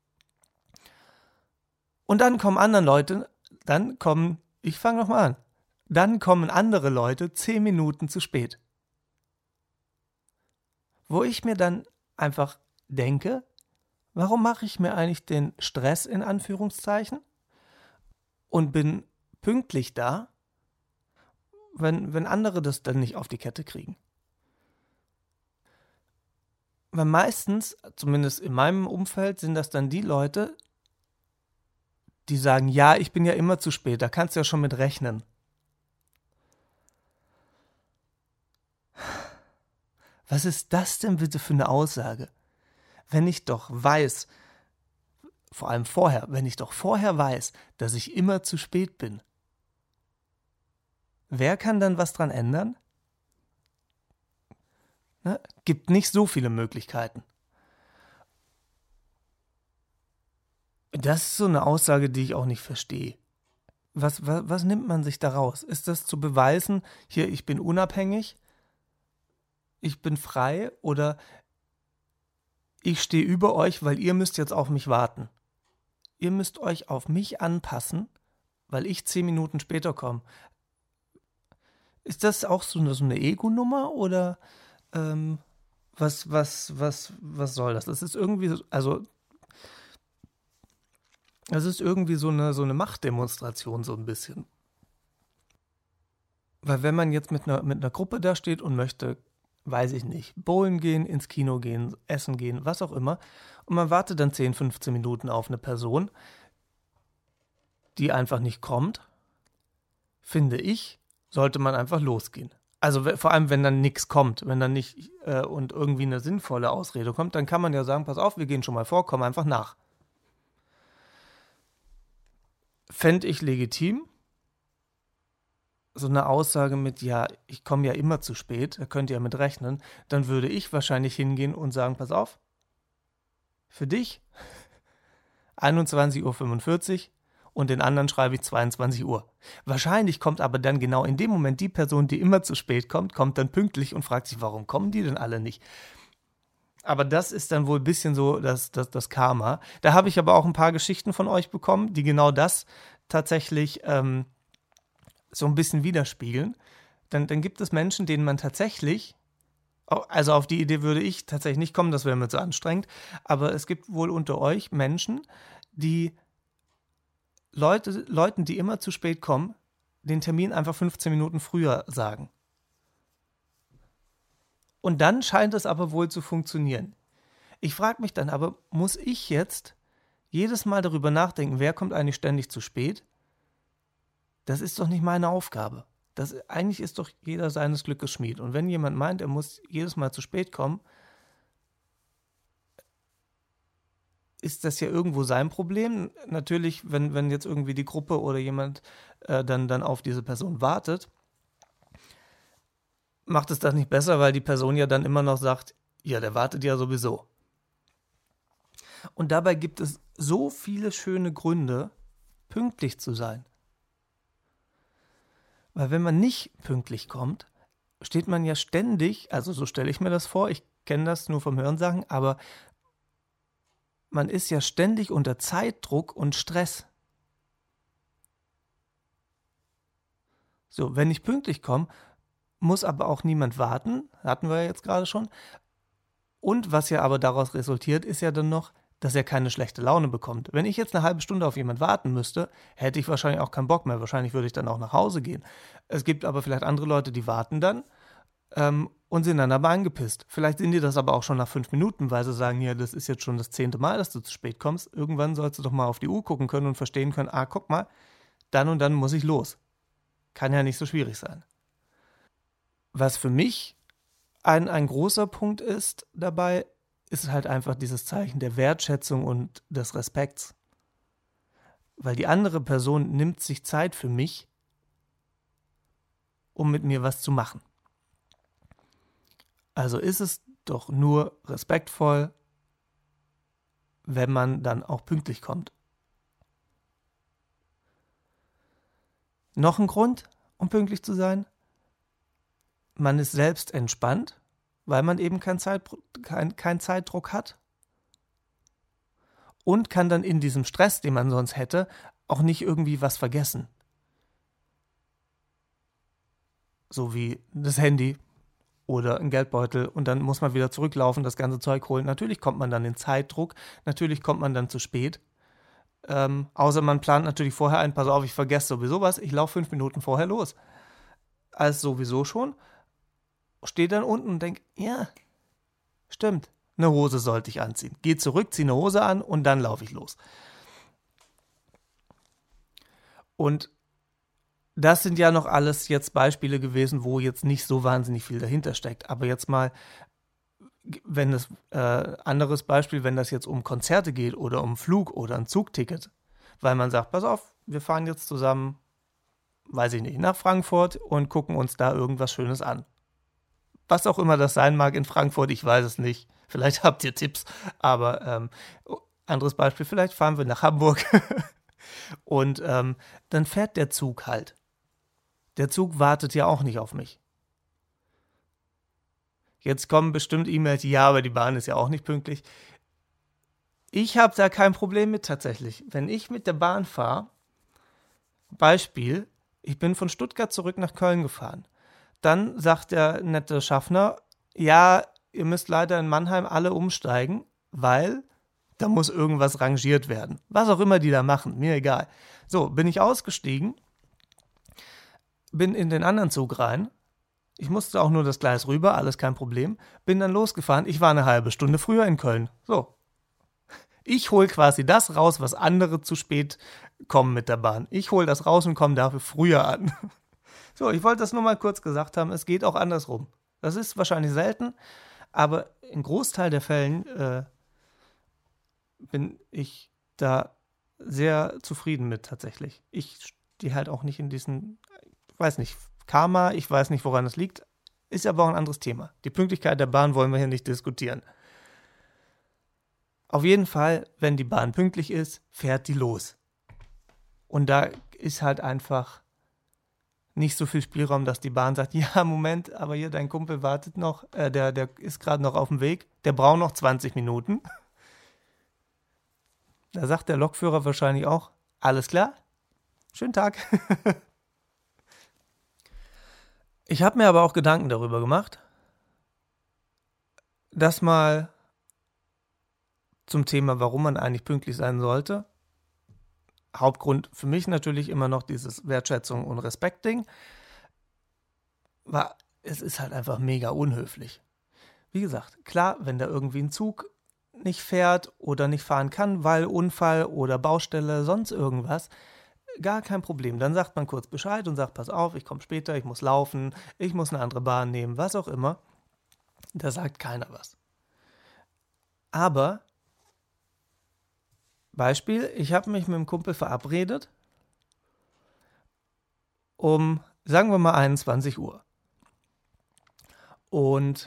Und dann kommen andere Leute, dann kommen, ich fange nochmal an, dann kommen andere Leute zehn Minuten zu spät. Wo ich mir dann einfach denke, warum mache ich mir eigentlich den Stress in Anführungszeichen und bin pünktlich da, wenn, wenn andere das dann nicht auf die Kette kriegen? Weil meistens, zumindest in meinem Umfeld, sind das dann die Leute, die sagen, ja, ich bin ja immer zu spät, da kannst du ja schon mit rechnen. Was ist das denn bitte für eine Aussage? Wenn ich doch weiß, vor allem vorher, wenn ich doch vorher weiß, dass ich immer zu spät bin, wer kann dann was dran ändern? Ne? Gibt nicht so viele Möglichkeiten. Das ist so eine Aussage, die ich auch nicht verstehe. Was, was, was nimmt man sich daraus? Ist das zu beweisen, hier, ich bin unabhängig, ich bin frei oder ich stehe über euch, weil ihr müsst jetzt auf mich warten. Ihr müsst euch auf mich anpassen, weil ich zehn Minuten später komme. Ist das auch so eine, so eine Ego-Nummer oder ähm, was, was, was, was soll das? Das ist irgendwie, also Das ist irgendwie so eine, so eine Machtdemonstration, so ein bisschen. Weil wenn man jetzt mit einer, mit einer Gruppe da steht und möchte, weiß ich nicht, bowlen gehen, ins Kino gehen, essen gehen, was auch immer, und man wartet dann zehn, fünfzehn Minuten auf eine Person, die einfach nicht kommt, finde ich, sollte man einfach losgehen. Also vor allem, wenn dann nichts kommt, wenn dann nicht äh, und irgendwie eine sinnvolle Ausrede kommt, dann kann man ja sagen, pass auf, wir gehen schon mal vor, komm einfach nach. Fände ich legitim, so eine Aussage mit, ja, ich komme ja immer zu spät, da könnt ihr ja mit rechnen, dann würde ich wahrscheinlich hingehen und sagen, pass auf, für dich einundzwanzig Uhr fünfundvierzig und den anderen schreibe ich zweiundzwanzig Uhr. Wahrscheinlich kommt aber dann genau in dem Moment die Person, die immer zu spät kommt, kommt dann pünktlich und fragt sich, warum kommen die denn alle nicht? Aber das ist dann wohl ein bisschen so das, das, das Karma. Da habe ich aber auch ein paar Geschichten von euch bekommen, die genau das tatsächlich ähm, so ein bisschen widerspiegeln. Dann, dann gibt es Menschen, denen man tatsächlich, also auf die Idee würde ich tatsächlich nicht kommen, das wäre mir zu anstrengend, aber es gibt wohl unter euch Menschen, die Leute, Leuten, die immer zu spät kommen, den Termin einfach fünfzehn Minuten früher sagen. Und dann scheint es aber wohl zu funktionieren. Ich frage mich dann aber, muss ich jetzt jedes Mal darüber nachdenken, wer kommt eigentlich ständig zu spät? Das ist doch nicht meine Aufgabe. Das, eigentlich ist doch jeder seines Glückes Schmied. Und wenn jemand meint, er muss jedes Mal zu spät kommen, ist das ja irgendwo sein Problem. Natürlich, wenn, wenn jetzt irgendwie die Gruppe oder jemand äh, dann, dann auf diese Person wartet, macht es das nicht besser, weil die Person ja dann immer noch sagt, ja, der wartet ja sowieso. Und dabei gibt es so viele schöne Gründe, pünktlich zu sein. Weil wenn man nicht pünktlich kommt, steht man ja ständig, also so stelle ich mir das vor, ich kenne das nur vom Hörensagen, aber man ist ja ständig unter Zeitdruck und Stress. So, wenn ich pünktlich komme, muss aber auch niemand warten, hatten wir ja jetzt gerade schon. Und was ja aber daraus resultiert, ist ja dann noch, dass er keine schlechte Laune bekommt. Wenn ich jetzt eine halbe Stunde auf jemanden warten müsste, hätte ich wahrscheinlich auch keinen Bock mehr. Wahrscheinlich würde ich dann auch nach Hause gehen. Es gibt aber vielleicht andere Leute, die warten dann ähm, und sind dann aber angepisst. Vielleicht sind die das aber auch schon nach fünf Minuten, weil sie sagen, ja, das ist jetzt schon das zehnte Mal, dass du zu spät kommst. Irgendwann sollst du doch mal auf die Uhr gucken können und verstehen können, ah, guck mal, dann und dann muss ich los. Kann ja nicht so schwierig sein. Was für mich ein, ein großer Punkt ist dabei, ist halt einfach dieses Zeichen der Wertschätzung und des Respekts. Weil die andere Person nimmt sich Zeit für mich, um mit mir was zu machen. Also ist es doch nur respektvoll, wenn man dann auch pünktlich kommt. Noch ein Grund, um pünktlich zu sein? Man ist selbst entspannt, weil man eben keinen Zeit, kein, kein Zeitdruck hat und kann dann in diesem Stress, den man sonst hätte, auch nicht irgendwie was vergessen. So wie das Handy oder ein Geldbeutel und dann muss man wieder zurücklaufen, das ganze Zeug holen. Natürlich kommt man dann in Zeitdruck, natürlich kommt man dann zu spät. Ähm, außer man plant natürlich vorher ein, pass auf, ich vergesse sowieso was, ich laufe fünf Minuten vorher los. Also sowieso schon. Stehe dann unten und denke, ja, stimmt, eine Hose sollte ich anziehen. Gehe zurück, ziehe eine Hose an und dann laufe ich los. Und das sind ja noch alles jetzt Beispiele gewesen, wo jetzt nicht so wahnsinnig viel dahinter steckt. Aber jetzt mal, wenn das äh, anderes Beispiel, wenn das jetzt um Konzerte geht oder um Flug oder ein Zugticket, weil man sagt, pass auf, wir fahren jetzt zusammen, weiß ich nicht, nach Frankfurt und gucken uns da irgendwas Schönes an. Was auch immer das sein mag in Frankfurt, ich weiß es nicht. Vielleicht habt ihr Tipps, aber ähm, anderes Beispiel, vielleicht fahren wir nach Hamburg und ähm, dann fährt der Zug halt. Der Zug wartet ja auch nicht auf mich. Jetzt kommen bestimmt E-Mails, ja, aber die Bahn ist ja auch nicht pünktlich. Ich habe da kein Problem mit tatsächlich. Wenn ich mit der Bahn fahre, Beispiel, ich bin von Stuttgart zurück nach Köln gefahren. Dann sagt der nette Schaffner, ja, ihr müsst leider in Mannheim alle umsteigen, weil da muss irgendwas rangiert werden. Was auch immer die da machen, mir egal. So, bin ich ausgestiegen, bin in den anderen Zug rein. Ich musste auch nur das Gleis rüber, alles kein Problem. Bin dann losgefahren, ich war eine halbe Stunde früher in Köln. So. Ich hole quasi das raus, was andere zu spät kommen mit der Bahn. Ich hole das raus und komme dafür früher an. So, ich wollte das nur mal kurz gesagt haben, es geht auch andersrum. Das ist wahrscheinlich selten, aber im Großteil der Fällen äh, bin ich da sehr zufrieden mit tatsächlich. Ich stehe halt auch nicht in diesen, ich weiß nicht, Karma, ich weiß nicht, woran es liegt, ist aber auch ein anderes Thema. Die Pünktlichkeit der Bahn wollen wir hier nicht diskutieren. Auf jeden Fall, wenn die Bahn pünktlich ist, fährt die los. Und da ist halt einfach nicht so viel Spielraum, dass die Bahn sagt, ja, Moment, aber hier, dein Kumpel wartet noch, äh, der, der ist gerade noch auf dem Weg, der braucht noch zwanzig Minuten. Da sagt der Lokführer wahrscheinlich auch, alles klar, schönen Tag. Ich habe mir aber auch Gedanken darüber gemacht, das mal zum Thema, warum man eigentlich pünktlich sein sollte. Hauptgrund für mich natürlich immer noch dieses Wertschätzung und Respekt-Ding. War, es ist halt einfach mega unhöflich. Wie gesagt, klar, wenn da irgendwie ein Zug nicht fährt oder nicht fahren kann, weil Unfall oder Baustelle, sonst irgendwas, gar kein Problem. Dann sagt man kurz Bescheid und sagt, pass auf, ich komme später, ich muss laufen, ich muss eine andere Bahn nehmen, was auch immer. Da sagt keiner was. Aber Beispiel, ich habe mich mit einem Kumpel verabredet um, sagen wir mal, einundzwanzig Uhr. Und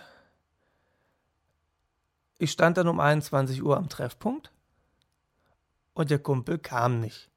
ich stand dann um einundzwanzig Uhr am Treffpunkt und der Kumpel kam nicht.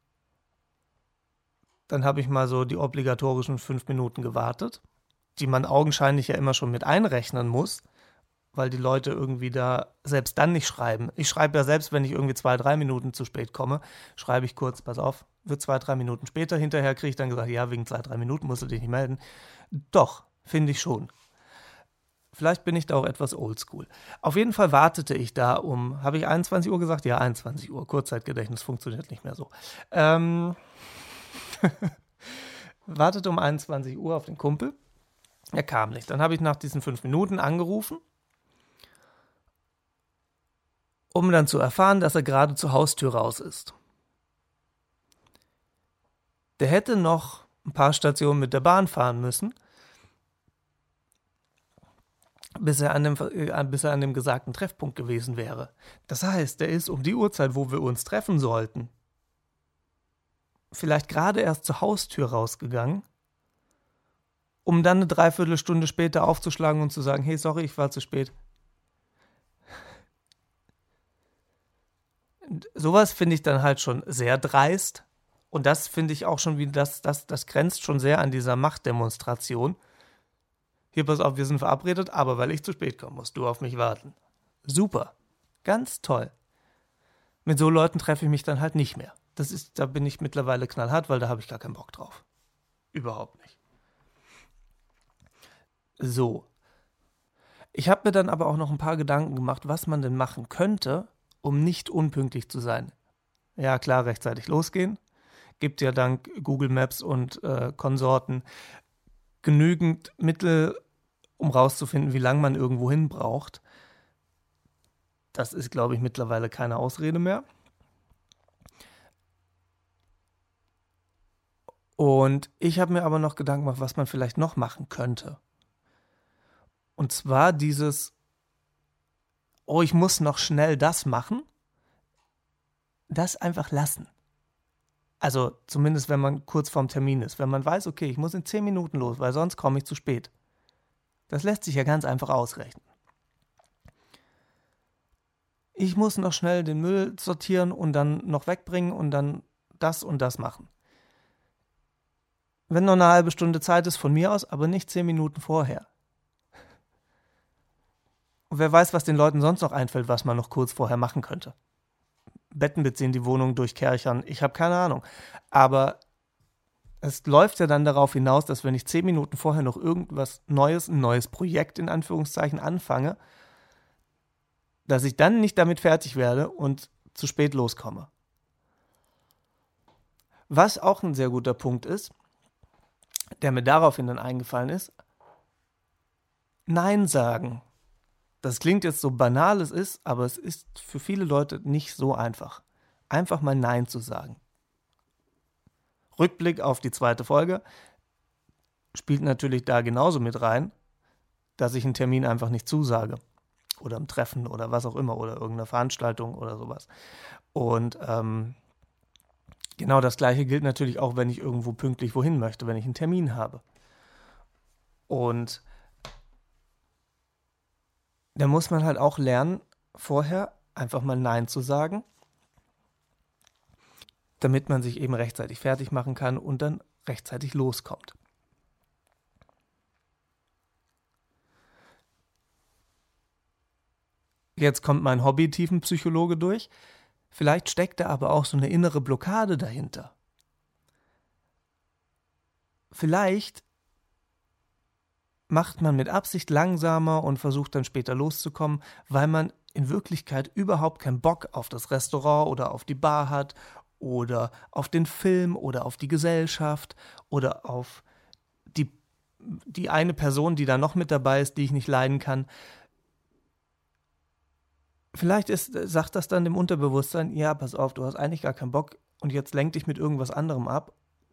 Dann habe ich mal so die obligatorischen fünf Minuten gewartet, die man augenscheinlich ja immer schon mit einrechnen muss, weil die Leute irgendwie da selbst dann nicht schreiben. Ich schreibe ja selbst, wenn ich irgendwie zwei, drei Minuten zu spät komme, schreibe ich kurz, pass auf, wird zwei, drei Minuten später. Hinterher kriege ich dann gesagt, ja, wegen zwei, drei Minuten musst du dich nicht melden. Doch, finde ich schon. Vielleicht bin ich da auch etwas oldschool. Auf jeden Fall wartete ich da um, habe ich einundzwanzig Uhr gesagt? Ja, einundzwanzig Uhr. Kurzzeitgedächtnis funktioniert nicht mehr so. Ähm, wartete um einundzwanzig Uhr auf den Kumpel. Er kam nicht. Dann habe ich nach diesen fünf Minuten angerufen, um dann zu erfahren, dass er gerade zur Haustür raus ist. Der hätte noch ein paar Stationen mit der Bahn fahren müssen, bis er an dem, äh, bis er an dem gesagten Treffpunkt gewesen wäre. Das heißt, er ist um die Uhrzeit, wo wir uns treffen sollten, vielleicht gerade erst zur Haustür rausgegangen, um dann eine Dreiviertelstunde später aufzuschlagen und zu sagen, hey, sorry, ich war zu spät. Sowas finde ich dann halt schon sehr dreist. Und das finde ich auch schon wie, das, das, das grenzt schon sehr an dieser Machtdemonstration. Hier, pass auf, wir sind verabredet, aber weil ich zu spät komme, musst du auf mich warten. Super. Ganz toll. Mit so Leuten treffe ich mich dann halt nicht mehr. Das ist, da bin ich mittlerweile knallhart, weil da habe ich gar keinen Bock drauf. Überhaupt nicht. So. Ich habe mir dann aber auch noch ein paar Gedanken gemacht, was man denn machen könnte, um nicht unpünktlich zu sein. Ja, klar, rechtzeitig losgehen. Gibt ja dank Google Maps und äh, Konsorten genügend Mittel, um rauszufinden, wie lange man irgendwo hin braucht. Das ist, glaube ich, mittlerweile keine Ausrede mehr. Und ich habe mir aber noch Gedanken gemacht, was man vielleicht noch machen könnte. Und zwar dieses, oh, ich muss noch schnell das machen, das einfach lassen. Also zumindest, wenn man kurz vorm Termin ist. Wenn man weiß, okay, ich muss in zehn Minuten los, weil sonst komme ich zu spät. Das lässt sich ja ganz einfach ausrechnen. Ich muss noch schnell den Müll sortieren und dann noch wegbringen und dann das und das machen. Wenn noch eine halbe Stunde Zeit ist, von mir aus, aber nicht zehn Minuten vorher. Und wer weiß, was den Leuten sonst noch einfällt, was man noch kurz vorher machen könnte. Betten beziehen, die Wohnung durchkerchern, ich habe keine Ahnung. Aber es läuft ja dann darauf hinaus, dass wenn ich zehn Minuten vorher noch irgendwas Neues, ein neues Projekt in Anführungszeichen anfange, dass ich dann nicht damit fertig werde und zu spät loskomme. Was auch ein sehr guter Punkt ist, der mir daraufhin dann eingefallen ist, Nein sagen. Das klingt jetzt so banal es ist, aber es ist für viele Leute nicht so einfach. Einfach mal Nein zu sagen. Rückblick auf die zweite Folge spielt natürlich da genauso mit rein, dass ich einen Termin einfach nicht zusage. Oder ein Treffen oder was auch immer oder irgendeine Veranstaltung oder sowas. Und ähm, genau das Gleiche gilt natürlich auch, wenn ich irgendwo pünktlich wohin möchte, wenn ich einen Termin habe. Und da muss man halt auch lernen, vorher einfach mal Nein zu sagen. damit man sich eben rechtzeitig fertig machen kann und dann rechtzeitig loskommt. Jetzt kommt mein Hobby-Tiefenpsychologe durch. Vielleicht steckt da aber auch so eine innere Blockade dahinter. Vielleicht macht man mit Absicht langsamer und versucht dann später loszukommen, weil man in Wirklichkeit überhaupt keinen Bock auf das Restaurant oder auf die Bar hat oder auf den Film oder auf die Gesellschaft oder auf die, die eine Person, die da noch mit dabei ist, die ich nicht leiden kann. Vielleicht ist, sagt das dann dem Unterbewusstsein, ja, pass auf, du hast eigentlich gar keinen Bock und jetzt lenk dich mit irgendwas anderem ab.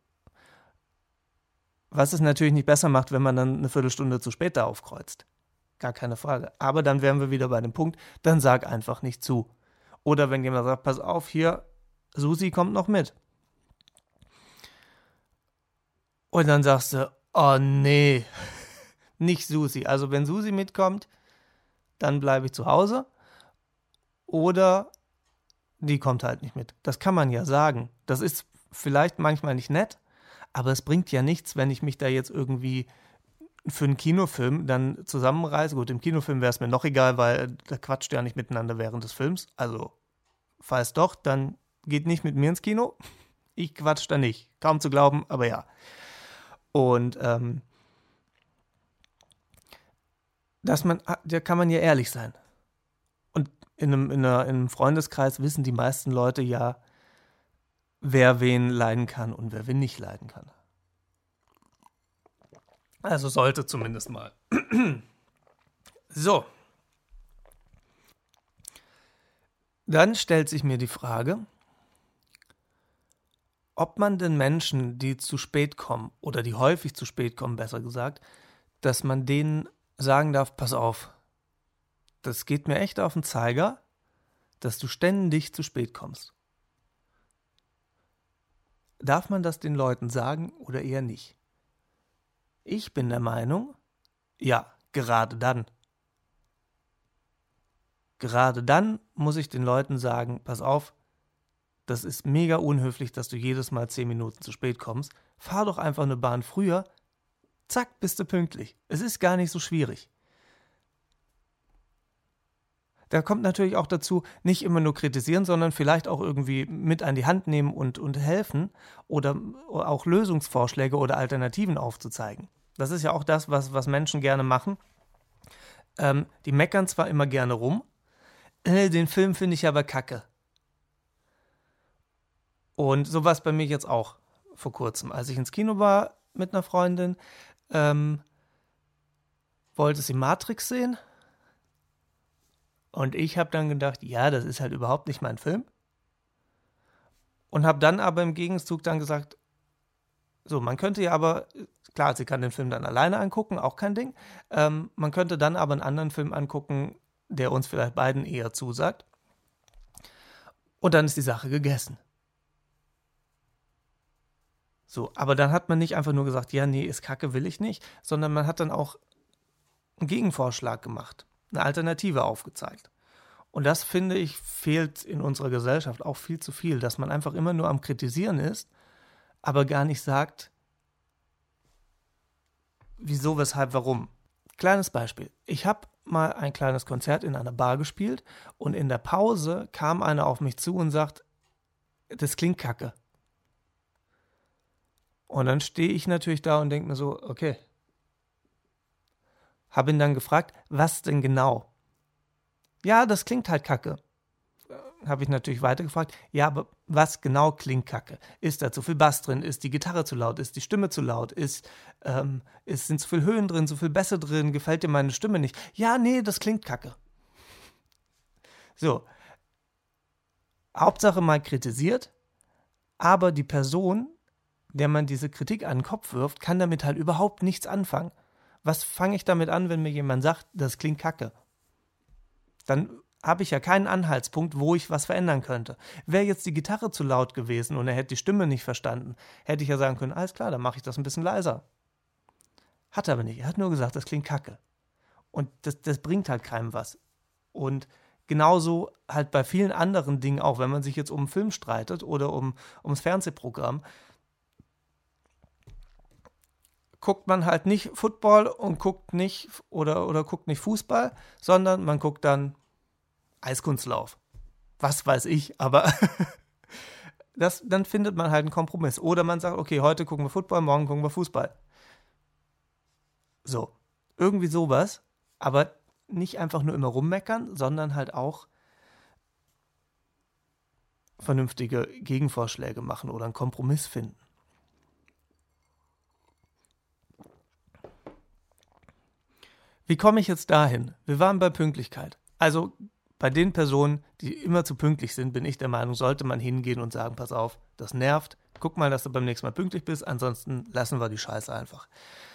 Was es natürlich nicht besser macht, wenn man dann eine Viertelstunde zu spät da aufkreuzt. Gar keine Frage. Aber dann wären wir wieder bei dem Punkt, dann sag einfach nicht zu. Oder wenn jemand sagt, pass auf, hier, Susi kommt noch mit. Und dann sagst du, oh nee, nicht Susi. Also wenn Susi mitkommt, dann bleibe ich zu Hause. Oder die kommt halt nicht mit. Das kann man ja sagen. Das ist vielleicht manchmal nicht nett, aber es bringt ja nichts, wenn ich mich da jetzt irgendwie für einen Kinofilm dann zusammenreiße. Gut, im Kinofilm wäre es mir noch egal, weil da quatscht ja nicht miteinander während des Films. Also, falls doch, dann geht nicht mit mir ins Kino. Ich quatsch da nicht. Kaum zu glauben, aber ja. Und ähm, dass man, da kann man ja ehrlich sein. Und in einem, in, einer, in einem Freundeskreis wissen die meisten Leute ja, wer wen leiden kann und wer wen nicht leiden kann. Also sollte zumindest mal. So. Dann stellt sich mir die Frage, ob man den Menschen, die zu spät kommen, oder die häufig zu spät kommen, besser gesagt, dass man denen sagen darf, pass auf, das geht mir echt auf den Zeiger, dass du ständig zu spät kommst. Darf man das den Leuten sagen oder eher nicht? Ich bin der Meinung, ja, gerade dann. Gerade dann muss ich den Leuten sagen, pass auf, das ist mega unhöflich, dass du jedes Mal zehn Minuten zu spät kommst. Fahr doch einfach eine Bahn früher, zack, bist du pünktlich. Es ist gar nicht so schwierig. Da kommt natürlich auch dazu, nicht immer nur kritisieren, sondern vielleicht auch irgendwie mit an die Hand nehmen und, und helfen oder auch Lösungsvorschläge oder Alternativen aufzuzeigen. Das ist ja auch das, was, was Menschen gerne machen. Ähm, die meckern zwar immer gerne rum, äh, den Film finde ich aber kacke. Und so war es bei mir jetzt auch vor kurzem. Als ich ins Kino war mit einer Freundin, ähm, wollte sie Matrix sehen. Und ich habe dann gedacht, ja, das ist halt überhaupt nicht mein Film. Und habe dann aber im Gegenzug dann gesagt, so, man könnte ja aber, klar, sie kann den Film dann alleine angucken, auch kein Ding. Ähm, man könnte dann aber einen anderen Film angucken, der uns vielleicht beiden eher zusagt. Und dann ist die Sache gegessen. So, aber dann hat man nicht einfach nur gesagt, ja, nee, ist kacke, will ich nicht, sondern man hat dann auch einen Gegenvorschlag gemacht, eine Alternative aufgezeigt. Und das, finde ich, fehlt in unserer Gesellschaft auch viel zu viel, dass man einfach immer nur am Kritisieren ist, aber gar nicht sagt, wieso, weshalb, warum. Kleines Beispiel. Ich habe mal ein kleines Konzert in einer Bar gespielt und in der Pause kam einer auf mich zu und sagt, das klingt kacke. Und dann stehe ich natürlich da und denke mir so, okay. Habe ihn dann gefragt, was denn genau? Ja, das klingt halt kacke. Habe ich natürlich weitergefragt, ja, aber was genau klingt kacke? Ist da zu viel Bass drin? Ist die Gitarre zu laut? Ist die Stimme zu laut? Ist, ähm, ist, sind zu viel Höhen drin, zu viel Bässe drin? Gefällt dir meine Stimme nicht? Ja, nee, das klingt kacke. So. Hauptsache mal kritisiert, aber die Person, der man diese Kritik an den Kopf wirft, kann damit halt überhaupt nichts anfangen. Was fange ich damit an, wenn mir jemand sagt, das klingt kacke? Dann habe ich ja keinen Anhaltspunkt, wo ich was verändern könnte. Wäre jetzt die Gitarre zu laut gewesen und er hätte die Stimme nicht verstanden, hätte ich ja sagen können, alles klar, dann mache ich das ein bisschen leiser. Hat er aber nicht. Er hat nur gesagt, das klingt kacke. Und das, das bringt halt keinem was. Und Genauso halt bei vielen anderen Dingen auch, wenn man sich jetzt um einen Film streitet oder um ums Fernsehprogramm, guckt man halt nicht Football und guckt nicht oder, oder guckt nicht Fußball, sondern man guckt dann Eiskunstlauf. Was weiß ich, aber das, dann findet man halt einen Kompromiss. Oder man sagt, okay, heute gucken wir Football, morgen gucken wir Fußball. So, irgendwie sowas, aber nicht einfach nur immer rummeckern, sondern halt auch vernünftige Gegenvorschläge machen oder einen Kompromiss finden. Wie komme ich jetzt dahin? Wir waren bei Pünktlichkeit. Also bei den Personen, die immer zu pünktlich sind, bin ich der Meinung, sollte man hingehen und sagen, pass auf, das nervt, guck mal, dass du beim nächsten Mal pünktlich bist, ansonsten lassen wir die Scheiße einfach.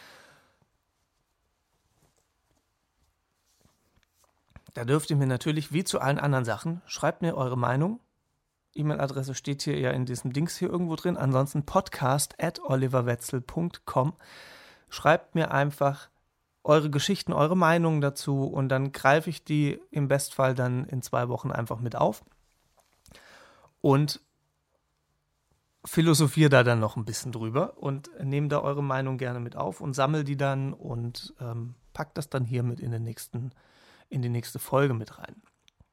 Da dürft ihr mir natürlich, wie zu allen anderen Sachen, schreibt mir eure Meinung. E-Mail-Adresse steht hier ja in diesem Dings hier irgendwo drin. Ansonsten podcast at oliverwetzel punkt com. Schreibt mir einfach eure Geschichten, eure Meinungen dazu und dann greife ich die im Bestfall dann in zwei Wochen einfach mit auf und philosophiere da dann noch ein bisschen drüber und nehme da eure Meinung gerne mit auf und sammle die dann und ähm, pack das dann hier mit in den nächsten in die nächste Folge mit rein.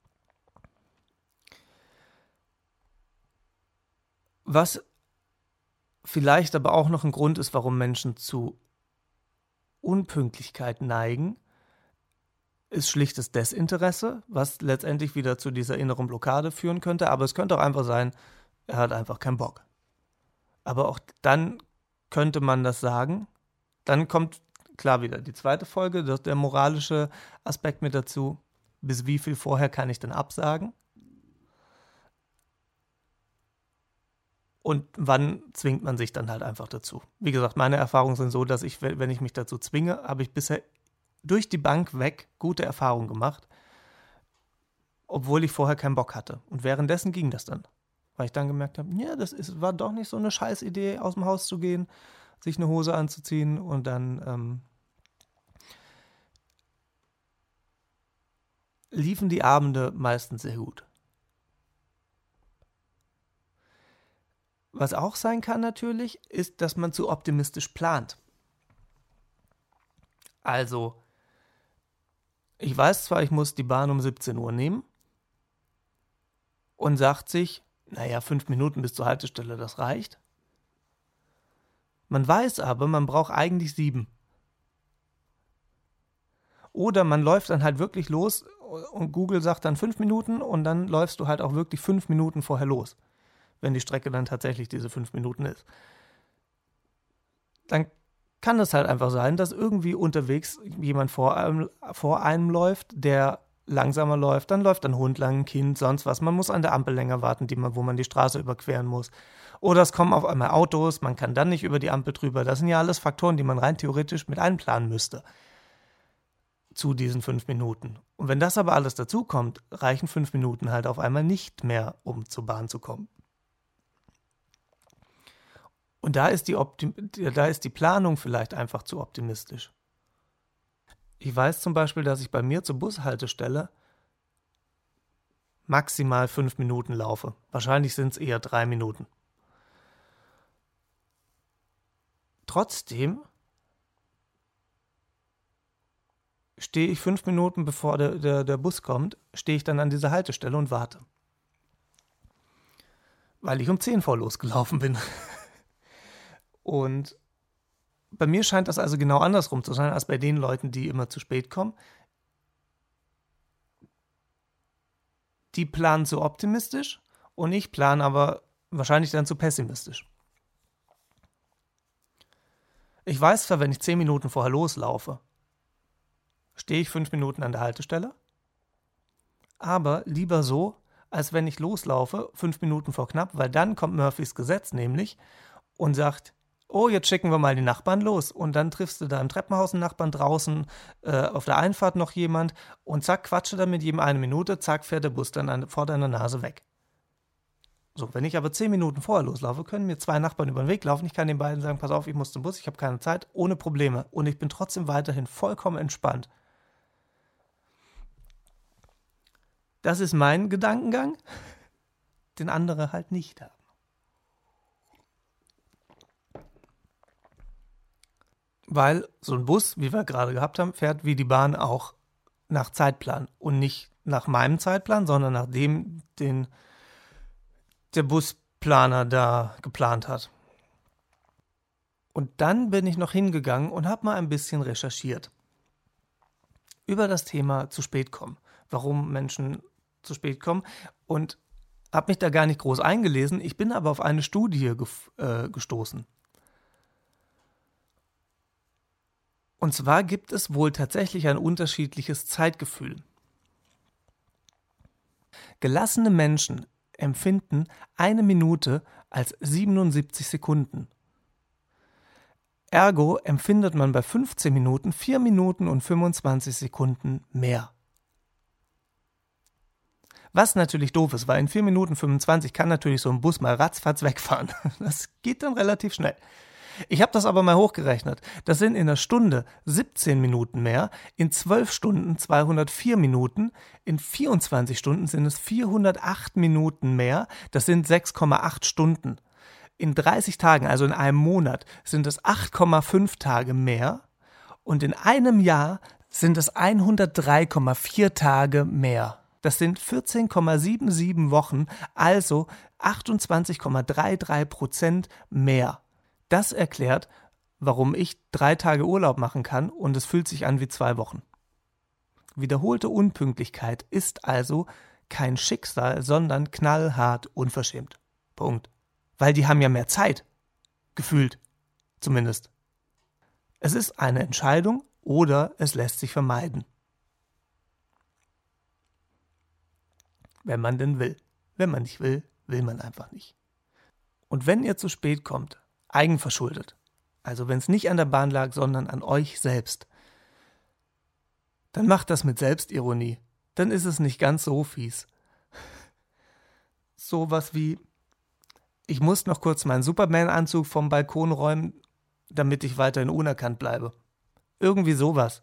Was vielleicht aber auch noch ein Grund ist, warum Menschen zu Unpünktlichkeit neigen, ist schlichtes Desinteresse, was letztendlich wieder zu dieser inneren Blockade führen könnte. Aber es könnte auch einfach sein, er hat einfach keinen Bock. Aber auch dann könnte man das sagen. Dann kommt klar wieder die zweite Folge, der moralische Aspekt mit dazu. Bis wie viel vorher kann ich denn absagen? Und wann zwingt man sich dann halt einfach dazu? Wie gesagt, meine Erfahrungen sind so, dass ich, wenn ich mich dazu zwinge, habe ich bisher durch die Bank weg gute Erfahrungen gemacht, obwohl ich vorher keinen Bock hatte. Und währenddessen ging das dann. Weil ich dann gemerkt habe, ja, das ist, war doch nicht so eine scheiß Idee, aus dem Haus zu gehen, sich eine Hose anzuziehen und dann ähm, liefen die Abende meistens sehr gut. Was auch sein kann natürlich, ist, dass man zu optimistisch plant. Also, ich weiß zwar, ich muss die Bahn um siebzehn Uhr nehmen und sagt sich, naja, fünf Minuten bis zur Haltestelle, das reicht. Man weiß aber, man braucht eigentlich sieben. Oder man läuft dann halt wirklich los und Google sagt dann fünf Minuten und dann läufst du halt auch wirklich fünf Minuten vorher los, wenn die Strecke dann tatsächlich diese fünf Minuten ist. Dann kann es halt einfach sein, dass irgendwie unterwegs jemand vor einem, vor einem läuft, der langsamer läuft, dann läuft ein Hund lang, ein Kind, sonst was. Man muss an der Ampel länger warten, die man, wo man die Straße überqueren muss. Oder es kommen auf einmal Autos, man kann dann nicht über die Ampel drüber. Das sind ja alles Faktoren, die man rein theoretisch mit einplanen müsste zu diesen fünf Minuten. Und wenn das aber alles dazukommt, reichen fünf Minuten halt auf einmal nicht mehr, um zur Bahn zu kommen. Und da ist die, Optim- da ist die Planung vielleicht einfach zu optimistisch. Ich weiß zum Beispiel, dass ich bei mir zur Bushaltestelle maximal fünf Minuten laufe. Wahrscheinlich sind es eher drei Minuten. Trotzdem stehe ich fünf Minuten, bevor der, der, der Bus kommt, stehe ich dann an dieser Haltestelle und warte. Weil ich um zehn vor losgelaufen bin. Und bei mir scheint das also genau andersrum zu sein, als bei den Leuten, die immer zu spät kommen. Die planen zu optimistisch und ich plane aber wahrscheinlich dann zu pessimistisch. Ich weiß zwar, wenn ich zehn Minuten vorher loslaufe, stehe ich fünf Minuten an der Haltestelle, aber lieber so, als wenn ich loslaufe, fünf Minuten vor knapp, weil dann kommt Murphys Gesetz nämlich und sagt, oh, jetzt schicken wir mal die Nachbarn los. Und dann triffst du da im Treppenhaus einen Nachbarn draußen, äh, auf der Einfahrt noch jemand und zack, quatsche dann mit jedem eine Minute, zack, fährt der Bus dann an, vor deiner Nase weg. So, wenn ich aber zehn Minuten vorher loslaufe, können mir zwei Nachbarn über den Weg laufen. Ich kann den beiden sagen, pass auf, ich muss zum Bus, ich habe keine Zeit, ohne Probleme. Und ich bin trotzdem weiterhin vollkommen entspannt. Das ist mein Gedankengang, den andere halt nicht haben. Weil so ein Bus, wie wir gerade gehabt haben, fährt wie die Bahn auch nach Zeitplan und nicht nach meinem Zeitplan, sondern nach dem, den der Busplaner da geplant hat. Und dann bin ich noch hingegangen und habe mal ein bisschen recherchiert über das Thema zu spät kommen, warum Menschen zu spät kommen, und habe mich da gar nicht groß eingelesen. Ich bin aber auf eine Studie gef- äh, gestoßen. Und zwar gibt es wohl tatsächlich ein unterschiedliches Zeitgefühl. Gelassene Menschen empfinden eine Minute als siebenundsiebzig Sekunden. Ergo empfindet man bei fünfzehn Minuten vier Minuten und fünfundzwanzig Sekunden mehr. Was natürlich doof ist, weil in vier Minuten fünfundzwanzig kann natürlich so ein Bus mal ratzfatz wegfahren. Das geht dann relativ schnell. Ich habe das aber mal hochgerechnet. Das sind in einer Stunde siebzehn Minuten mehr, in zwölf Stunden zweihundertvier Minuten, in vierundzwanzig Stunden sind es vierhundertacht Minuten mehr, das sind sechs Komma acht Stunden. In dreißig Tagen, also in einem Monat, sind es acht Komma fünf Tage mehr und in einem Jahr sind es hundertdrei Komma vier Tage mehr. Das sind vierzehn Komma siebenundsiebzig Wochen, also achtundzwanzig Komma dreiunddreißig Prozent mehr. Das erklärt, warum ich drei Tage Urlaub machen kann und es fühlt sich an wie zwei Wochen. Wiederholte Unpünktlichkeit ist also kein Schicksal, sondern knallhart unverschämt. Punkt. Weil die haben ja mehr Zeit. Gefühlt. Zumindest. Es ist eine Entscheidung oder es lässt sich vermeiden. Wenn man denn will. Wenn man nicht will, will man einfach nicht. Und wenn ihr zu spät kommt, eigenverschuldet, also wenn es nicht an der Bahn lag, sondern an euch selbst, dann macht das mit Selbstironie. Dann ist es nicht ganz so fies. Sowas wie, ich muss noch kurz meinen Superman-Anzug vom Balkon räumen, damit ich weiterhin unerkannt bleibe. Irgendwie sowas.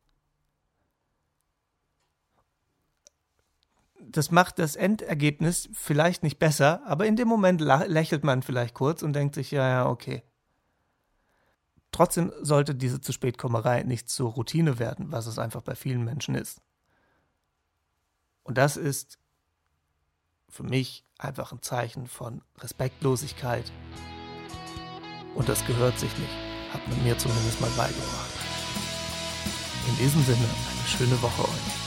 Das macht das Endergebnis vielleicht nicht besser, aber in dem Moment lächelt man vielleicht kurz und denkt sich, ja, ja, okay. Trotzdem sollte diese Zu-Spät-Kommerei nicht zur Routine werden, was es einfach bei vielen Menschen ist. Und das ist für mich einfach ein Zeichen von Respektlosigkeit. Und das gehört sich nicht, hat man mir zumindest mal beigebracht. In diesem Sinne, eine schöne Woche euch.